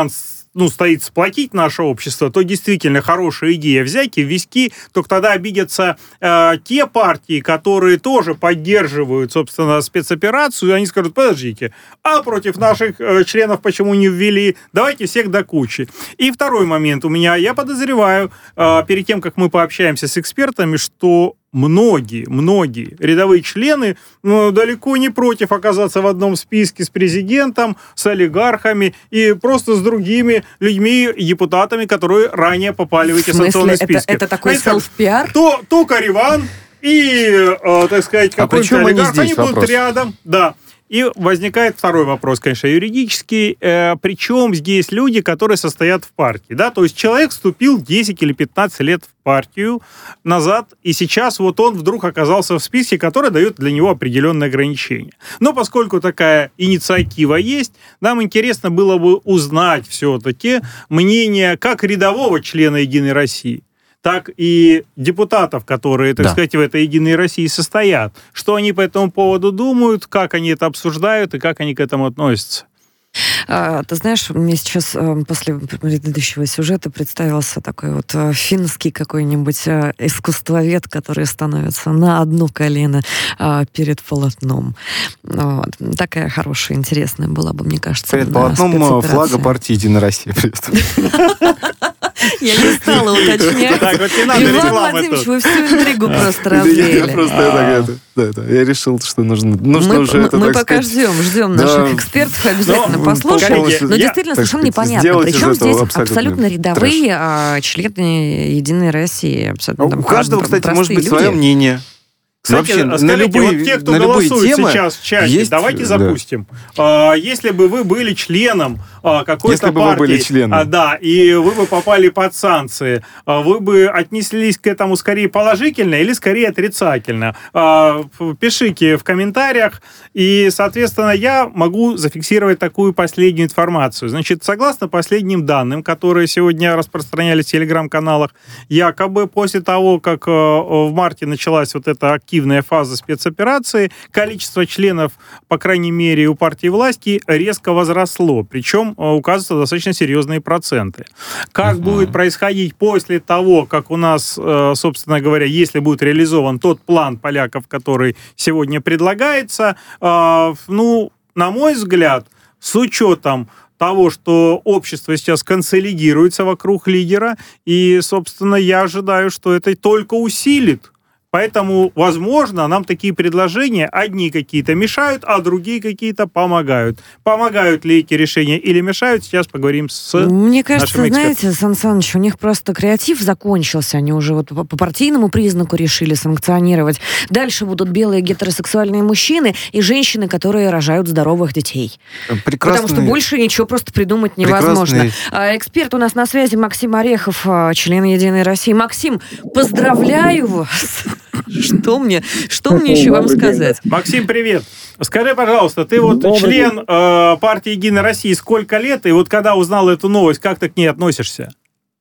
ну, стоит сплотить наше общество, то действительно хорошая идея взять и ввести, только тогда обидятся э, те партии, которые тоже поддерживают, собственно, спецоперацию, и они скажут, подождите, а против наших э, членов почему не ввели? Давайте всех до кучи. И второй момент у меня, я подозреваю, э, перед тем, как мы пообщаемся с экспертами, что многие, многие рядовые члены ну, далеко не против оказаться в одном списке с президентом, с олигархами и просто с другими людьми, депутатами, которые ранее попали в эти санкционные списки. Это, это такой селф-пиар? То, то Кариван и, э, так сказать, какой-то а олигарх, они, они будут вопрос? рядом. Да. И возникает второй вопрос, конечно, юридический. Э, причем здесь люди, которые состоят в партии. Да? То есть человек вступил десять или пятнадцать лет в партию назад, и сейчас вот он вдруг оказался в списке, который дает для него определенные ограничения. Но поскольку такая инициатива есть, нам интересно было бы узнать все-таки мнение как рядового члена «Единой России», так и депутатов, которые, так да. сказать, в этой «Единой России» состоят. Что они по этому поводу думают, как они это обсуждают и как они к этому относятся. А, ты знаешь, мне сейчас после предыдущего сюжета представился такой вот финский какой-нибудь искусствовед, который становится на одно колено а, перед полотном. Вот. Такая хорошая, интересная была бы, мне кажется, перед полотном флага партии «Единая Россия». Я не стала уточнять. Так, вот не надо Иван Владимирович, вы всю интригу просто развеяли. Я просто я решил, что нужно уже это. Мы пока ждем, ждем наших экспертов, обязательно послушаем. Но действительно совершенно непонятно. Причем здесь абсолютно рядовые члены «Единой России». У каждого, кстати, может быть свое мнение. Кстати, вообще, скажите, на любые, вот те, кто голосует сейчас в чате, есть, давайте запустим. Да. А, если бы вы были членом а, какой-то если партии, бы вы были членом. А, да, и вы бы попали под санкции, а, вы бы отнеслись к этому скорее положительно или скорее отрицательно? А, пишите в комментариях, и, соответственно, я могу зафиксировать такую последнюю информацию. Значит, согласно последним данным, которые сегодня распространялись в телеграм-каналах, якобы после того, как а, в марте началась вот эта активная фаза спецоперации, количество членов, по крайней мере, у партии власти резко возросло. Причем указываются достаточно серьезные проценты. Как uh-huh. будет происходить после того, как у нас, собственно говоря, если будет реализован тот план поляков, который сегодня предлагается, ну, на мой взгляд, с учетом того, что общество сейчас консолидируется вокруг лидера, и, собственно, я ожидаю, что это только усилит. Поэтому, возможно, нам такие предложения, одни какие-то мешают, а другие какие-то помогают. Помогают ли эти решения или мешают, сейчас поговорим с Мне кажется, нашим экспертом. Знаете, Сан Саныч, у них просто креатив закончился. Они уже вот по партийному признаку решили санкционировать. Дальше будут белые гетеросексуальные мужчины и женщины, которые рожают здоровых детей. Прекрасный... Потому что больше ничего просто придумать невозможно. Прекрасный... Эксперт у нас на связи Максим Орехов, член «Единой России». Максим, поздравляю вас! Что мне, что мне еще вам сказать? Максим, привет. Скажи, пожалуйста, ты вот Добрый член э, партии «Единая Россия» сколько лет? И вот когда узнал эту новость, как ты к ней относишься?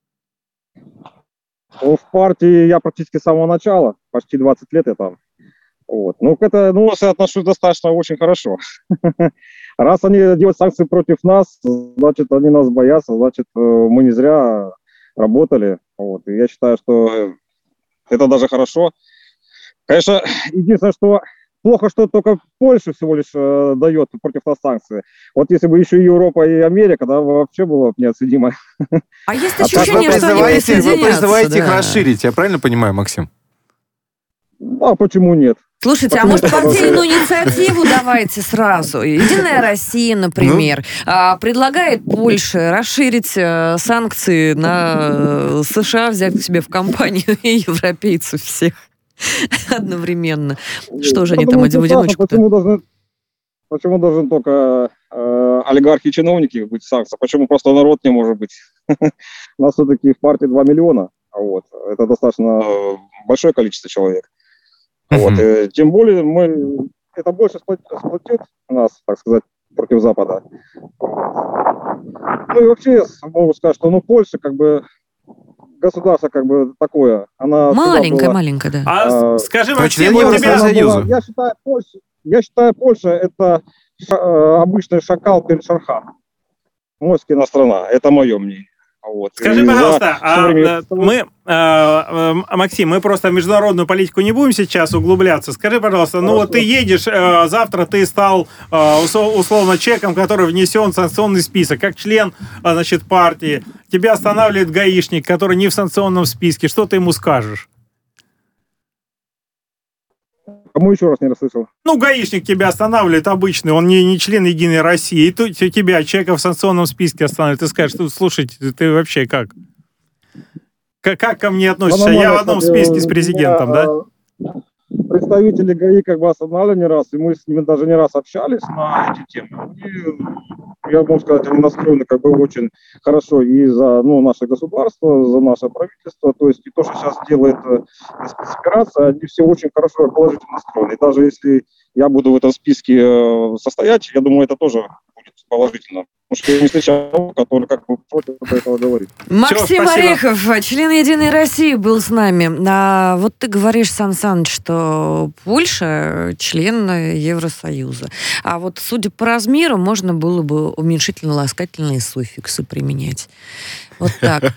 В партии я практически с самого начала, почти двадцать лет я там. Вот. Ну, к этой новости отношусь достаточно очень хорошо. Раз они делают санкции против нас, значит, они нас боятся, значит, мы не зря работали. Вот. И я считаю, что это даже хорошо. Конечно, единственное, что плохо, что только Польша всего лишь э, дает против нас санкции. Вот если бы еще и Европа, и Америка, да, вообще было бы неотследимо. А есть ощущение, а что они присоединятся. Вы призываете да. их расширить, я правильно понимаю, Максим? А почему нет? Слушайте, а может партийную инициативу давайте сразу? «Единая Россия», например, ну? предлагает Польше расширить санкции на США, взять к себе в компанию и европейцев всех одновременно. Что же они там в одиночку-то? Почему должны, почему должен только э, олигархи и чиновники быть санкции? Почему просто народ не может быть? У нас все-таки в партии два миллиона. Вот. Это достаточно большое количество человек. Вот. И, тем более мы это больше сплотит нас, так сказать, против Запада. Ну и вообще могу сказать, что ну Польша как бы государство как бы такое, она маленькая, была, маленькая, да. А, а скажи, Максим, у тебя Союза. Я считаю, Польша, я считаю, Польша это ша, обычный шакал перед Шарханом. моськина страна. Это мое мнение. Вот. Скажи, И пожалуйста, а, время... мы, а, Максим, мы просто в международную политику не будем сейчас углубляться. Скажи, пожалуйста, Хорошо. ну вот ты едешь, а, завтра ты стал а, условно человеком, который внесен в санкционный список, как член, а, значит, партии. Тебя останавливает гаишник, который не в санкционном списке. Что ты ему скажешь? Кому еще раз не расслышал? Ну, гаишник тебя останавливает обычный, он не, не член Единой России, и тут тебя, человека в санкционном списке останавливает, ты скажешь, ну, слушайте, ты вообще как? Как, как ко мне относишься? Ну, я в одном списке с президентом, я, да? Представители ГАИ как бы останавливали не раз, и мы с ними даже не раз общались на эти темы. И, я могу сказать, они настроены как бы очень хорошо и за ну, наше государство, за наше правительство. То есть и то, что сейчас делает спецоперация, они все очень хорошо и положительно настроены. И даже если я буду в этом списке состоять, я думаю, это тоже будет положительно. Потому что я не встречал, который как бы против этого говорит. Максим Все, Орехов, член Единой России, был с нами. А вот ты говоришь, Сан Саныч, что Польша член Евросоюза. А вот, судя по размеру, можно было бы уменьшительно-ласкательные суффиксы применять. Вот так.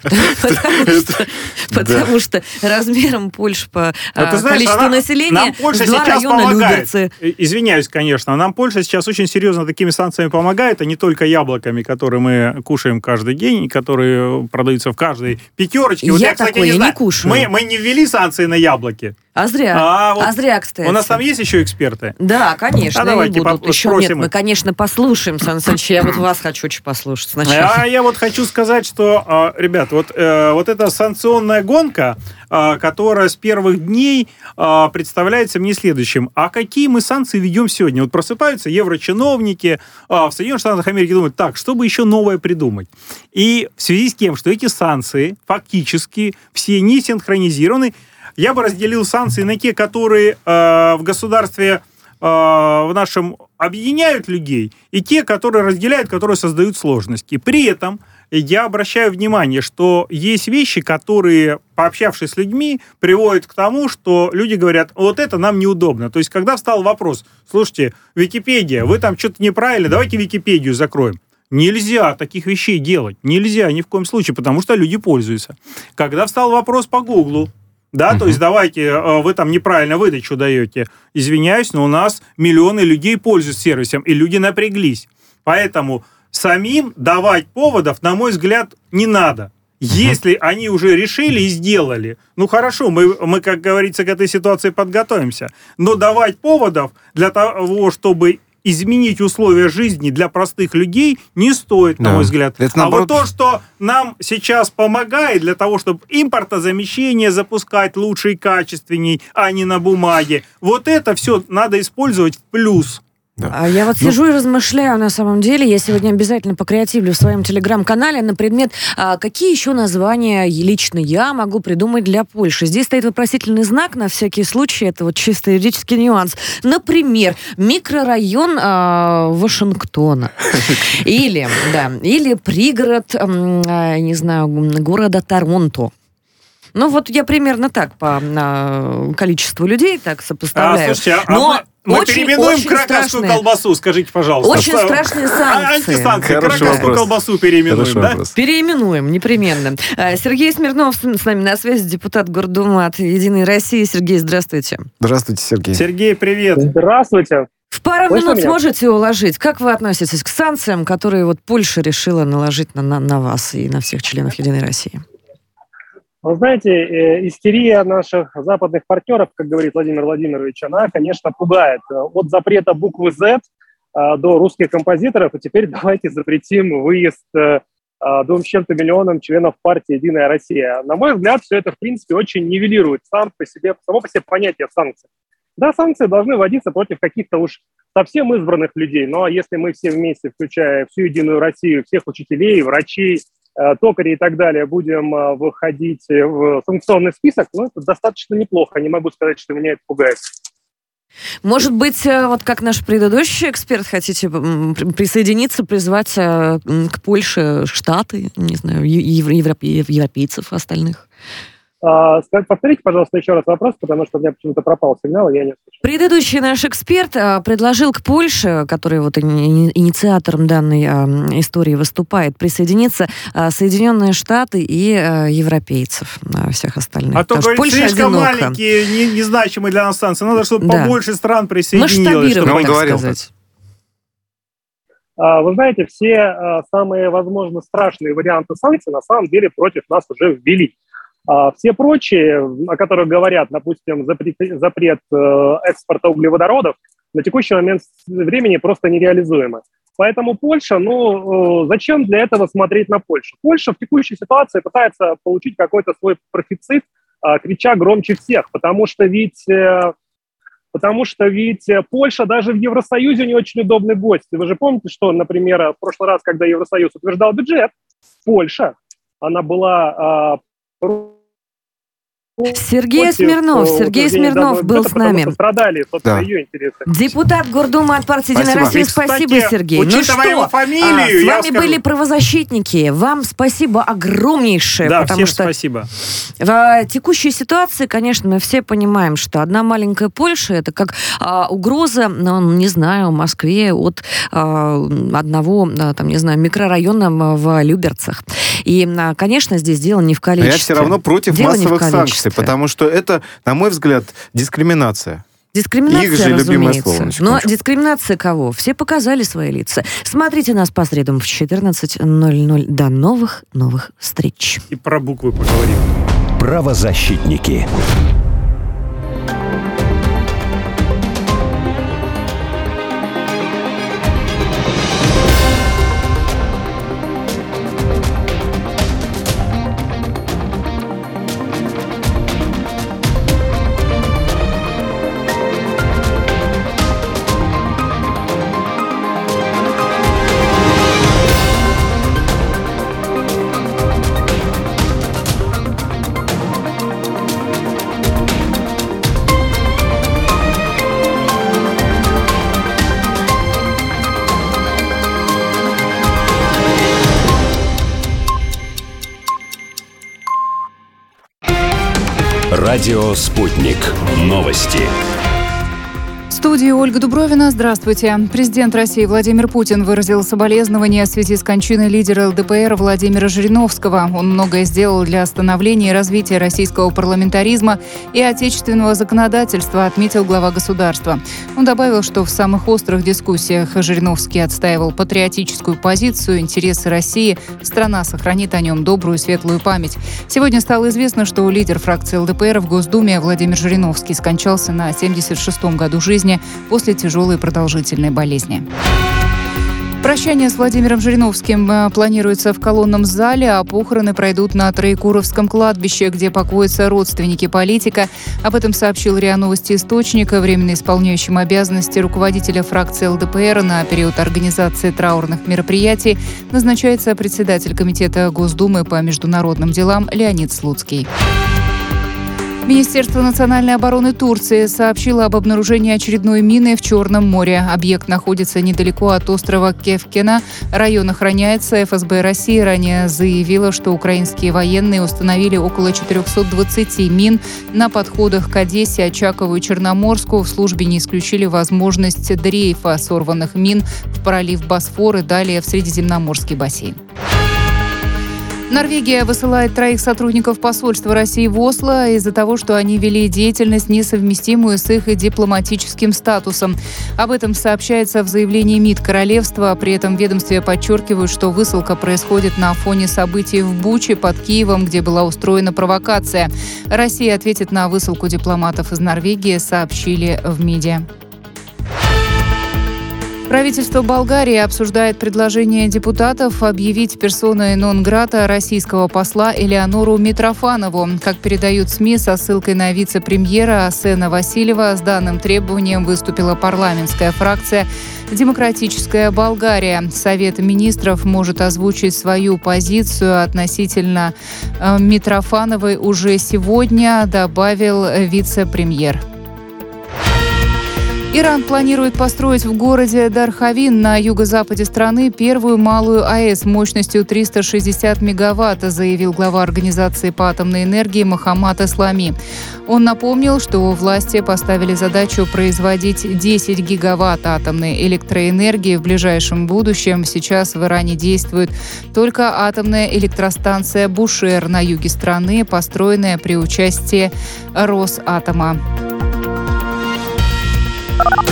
Потому что размером Польши по количеству населения два района Люберцы. Извиняюсь, конечно, нам Польша сейчас очень серьезно такими санкциями помогает, а не только яблоками, которые мы кушаем каждый день, которые продаются в каждой пятерочке. Я такое не кушаю. Мы не ввели санкции на яблоки. А зря. А, вот а зря, кстати. У нас там есть еще эксперты? Да, конечно. А давайте будут. Еще нет, мы, конечно, послушаем, Сан Саныч. Я вот вас хочу очень послушать сначала. А я вот хочу сказать, что, ребят, вот, вот эта санкционная гонка, которая с первых дней представляется мне следующим. А какие мы санкции ведем сегодня? Вот просыпаются еврочиновники в Соединенных Штатах Америки и думают, так, чтобы еще новое придумать. И в связи с тем, что эти санкции фактически все не синхронизированы, я бы разделил санкции на те, которые э, в государстве э, в нашем объединяют людей, и те, которые разделяют, которые создают сложности. При этом я обращаю внимание, что есть вещи, которые, пообщавшись с людьми, приводят к тому, что люди говорят, вот это нам неудобно. То есть, когда встал вопрос, слушайте, Википедия, вы там что-то неправильно, давайте Википедию закроем. Нельзя таких вещей делать, нельзя ни в коем случае, потому что люди пользуются. Когда встал вопрос по Гуглу, да, uh-huh. то есть давайте, вы там неправильно выдачу даете. Извиняюсь, но у нас миллионы людей пользуются сервисом, и люди напряглись. Поэтому самим давать поводов, на мой взгляд, не надо. Если uh-huh. они уже решили и сделали, ну хорошо, мы, мы, как говорится, к этой ситуации подготовимся. Но давать поводов для того, чтобы изменить условия жизни для простых людей не стоит, на да. мой взгляд. Это, наоборот... А вот то, что нам сейчас помогает для того, чтобы импортозамещение запускать лучше и качественней, а не на бумаге, вот это все надо использовать в плюс. Да. А я вот ну, сижу и размышляю на самом деле. Я сегодня обязательно покреативлю в своем телеграм-канале на предмет, а, какие еще названия лично я могу придумать для Польши. Здесь стоит вопросительный знак на всякий случай. Это вот чисто юридический нюанс. Например, микрорайон а, Вашингтона. Или, да, или пригород, а, не знаю, города Торонто. Ну, вот я примерно так по а, количеству людей так сопоставляю. А, слушайте, а Но мы очень, переименуем очень краковскую страшные, колбасу, скажите, пожалуйста. Очень страшные санкции. Антисанкции. Краковскую колбасу переименуем, да? Вопрос. Переименуем, непременно. Сергей Смирнов с нами на связи, депутат Гордумы от «Единой России». Сергей, здравствуйте. Здравствуйте, Сергей. Сергей, привет. Здравствуйте. В пару Слышно минут меня? сможете уложить? Как вы относитесь к санкциям, которые вот Польша решила наложить на, на, на вас и на всех членов «Единой России»? Вы знаете, истерия наших западных партнеров, как говорит Владимир Владимирович, она, конечно, пугает. От запрета буквы Z до русских композиторов, и теперь давайте запретим выезд двум с чем-то миллионам членов партии «Единая Россия». На мой взгляд, все это, в принципе, очень нивелирует сам по себе, само по себе понятие санкций. Да, санкции должны вводиться против каких-то уж совсем избранных людей, но если мы все вместе, включая всю «Единую Россию», всех учителей, врачей, токарей и так далее, будем выходить в санкционный список, ну, это достаточно неплохо. Не могу сказать, что меня это пугает. Может быть, вот как наш предыдущий эксперт, хотите присоединиться, призвать к Польше Штаты, не знаю, европе- европейцев остальных? Повторите, пожалуйста, еще раз вопрос, потому что у меня почему-то пропал сигнал, и я не слышу. Предыдущий наш эксперт а, предложил к Польше, который вот ини- инициатором данной а, истории выступает, присоединиться а, Соединенные Штаты и а, европейцев, а, всех остальных. А то, говорит, Польша слишком одинока. маленькие, не, незначимые для нас санкции. Надо, чтобы Да. побольше стран присоединилось. Масштабировать, чтобы- он так говорил сказать. Вы знаете, все самые, возможно, страшные варианты санкций на самом деле против нас уже ввели. А все прочие, о которых говорят, допустим, запрет, запрет э, экспорта углеводородов, на текущий момент времени просто нереализуемы. Поэтому Польша, ну, э, зачем для этого смотреть на Польшу? Польша в текущей ситуации пытается получить какой-то свой профицит, э, крича громче всех, потому что ведь... Э, Потому что ведь Польша даже в Евросоюзе не очень удобный гость. Вы же помните, что, например, в прошлый раз, когда Евросоюз утверждал бюджет, Польша, она была... Сергей против, Смирнов, э, Сергей утверждения Смирнов данного был бюджета, с нами. потому что страдали, собственно, Да. ее интересы. Депутат Гордумы от партии «Единая Спасибо. Россия». И, кстати, Спасибо, Сергей. Ну учитывая что, его фамилию, а, с я вами скажу- были правозащитники. Вам спасибо огромнейшее, Да, потому всем что спасибо. в а, текущей ситуации, конечно, мы все понимаем, что одна маленькая Польша — это как а, угроза, ну, не знаю, Москве от а, одного, а, там, не знаю, микрорайона в Люберцах. И, а, конечно, здесь дело не в Но количестве. я все равно против Дело не в массовых количестве. санкций, потому что это, на мой взгляд, дискриминация. Дискриминация, Их же любимое разумеется. слово, на Но секундочку. дискриминация кого? Все показали свои лица. Смотрите нас по средам в четырнадцать ноль ноль. До новых, новых встреч. И про буквы поговорим. Правозащитники. Радио «Спутник». Новости. В студии Ольга Дубровина. Здравствуйте. Президент России Владимир Путин выразил соболезнования в связи с кончиной лидера эл дэ пэ эр Владимира Жириновского. Он многое сделал для становления и развития российского парламентаризма и отечественного законодательства, отметил глава государства. Он добавил, что в самых острых дискуссиях Жириновский отстаивал патриотическую позицию, интересы России. Страна сохранит о нем добрую и светлую память. Сегодня стало известно, что лидер фракции эл дэ пэ эр в Госдуме Владимир Жириновский скончался на семьдесят шестом году жизни после тяжелой и продолжительной болезни. Прощание с Владимиром Жириновским планируется в колонном зале, а похороны пройдут на Троекуровском кладбище, где покоятся родственники политика. Об этом сообщил РИА Новости источник. Временно исполняющим обязанности руководителя фракции эл дэ пэ эр на период организации траурных мероприятий назначается председатель Комитета Госдумы по международным делам Леонид Слуцкий. Министерство национальной обороны Турции сообщило об обнаружении очередной мины в Черном море. Объект находится недалеко от острова Кефкена. Район охраняется. эф эс бэ России ранее заявила, что украинские военные установили около четыреста двадцать мин на подходах к Одессе, Очакову и Черноморску. В службе не исключили возможность дрейфа сорванных мин в пролив Босфор и далее в Средиземноморский бассейн. Норвегия высылает троих сотрудников посольства России в Осло из-за того, что они вели деятельность, несовместимую с их дипломатическим статусом. Об этом сообщается в заявлении МИД королевства. При этом в ведомстве подчеркивают, что высылка происходит на фоне событий в Буче под Киевом, где была устроена провокация. Россия ответит на высылку дипломатов из Норвегии, сообщили в МИДе. Правительство Болгарии обсуждает предложение депутатов объявить персоной нон-грата российского посла Элеонору Митрофанову. Как передают СМИ, со ссылкой на вице-премьера Асена Васильева, с данным требованием выступила парламентская фракция «Демократическая Болгария». Совет министров может озвучить свою позицию относительно Митрофановой уже сегодня, добавил вице-премьер. Иран планирует построить в городе Дархавин на юго-западе страны первую малую АЭС мощностью триста шестьдесят мегаватт, заявил глава Организации по атомной энергии Мохаммад Эслами. Он напомнил, что власти поставили задачу производить десять гигаватт атомной электроэнергии в ближайшем будущем. Сейчас в Иране действует только атомная электростанция Бушер на юге страны, построенная при участии Росатома.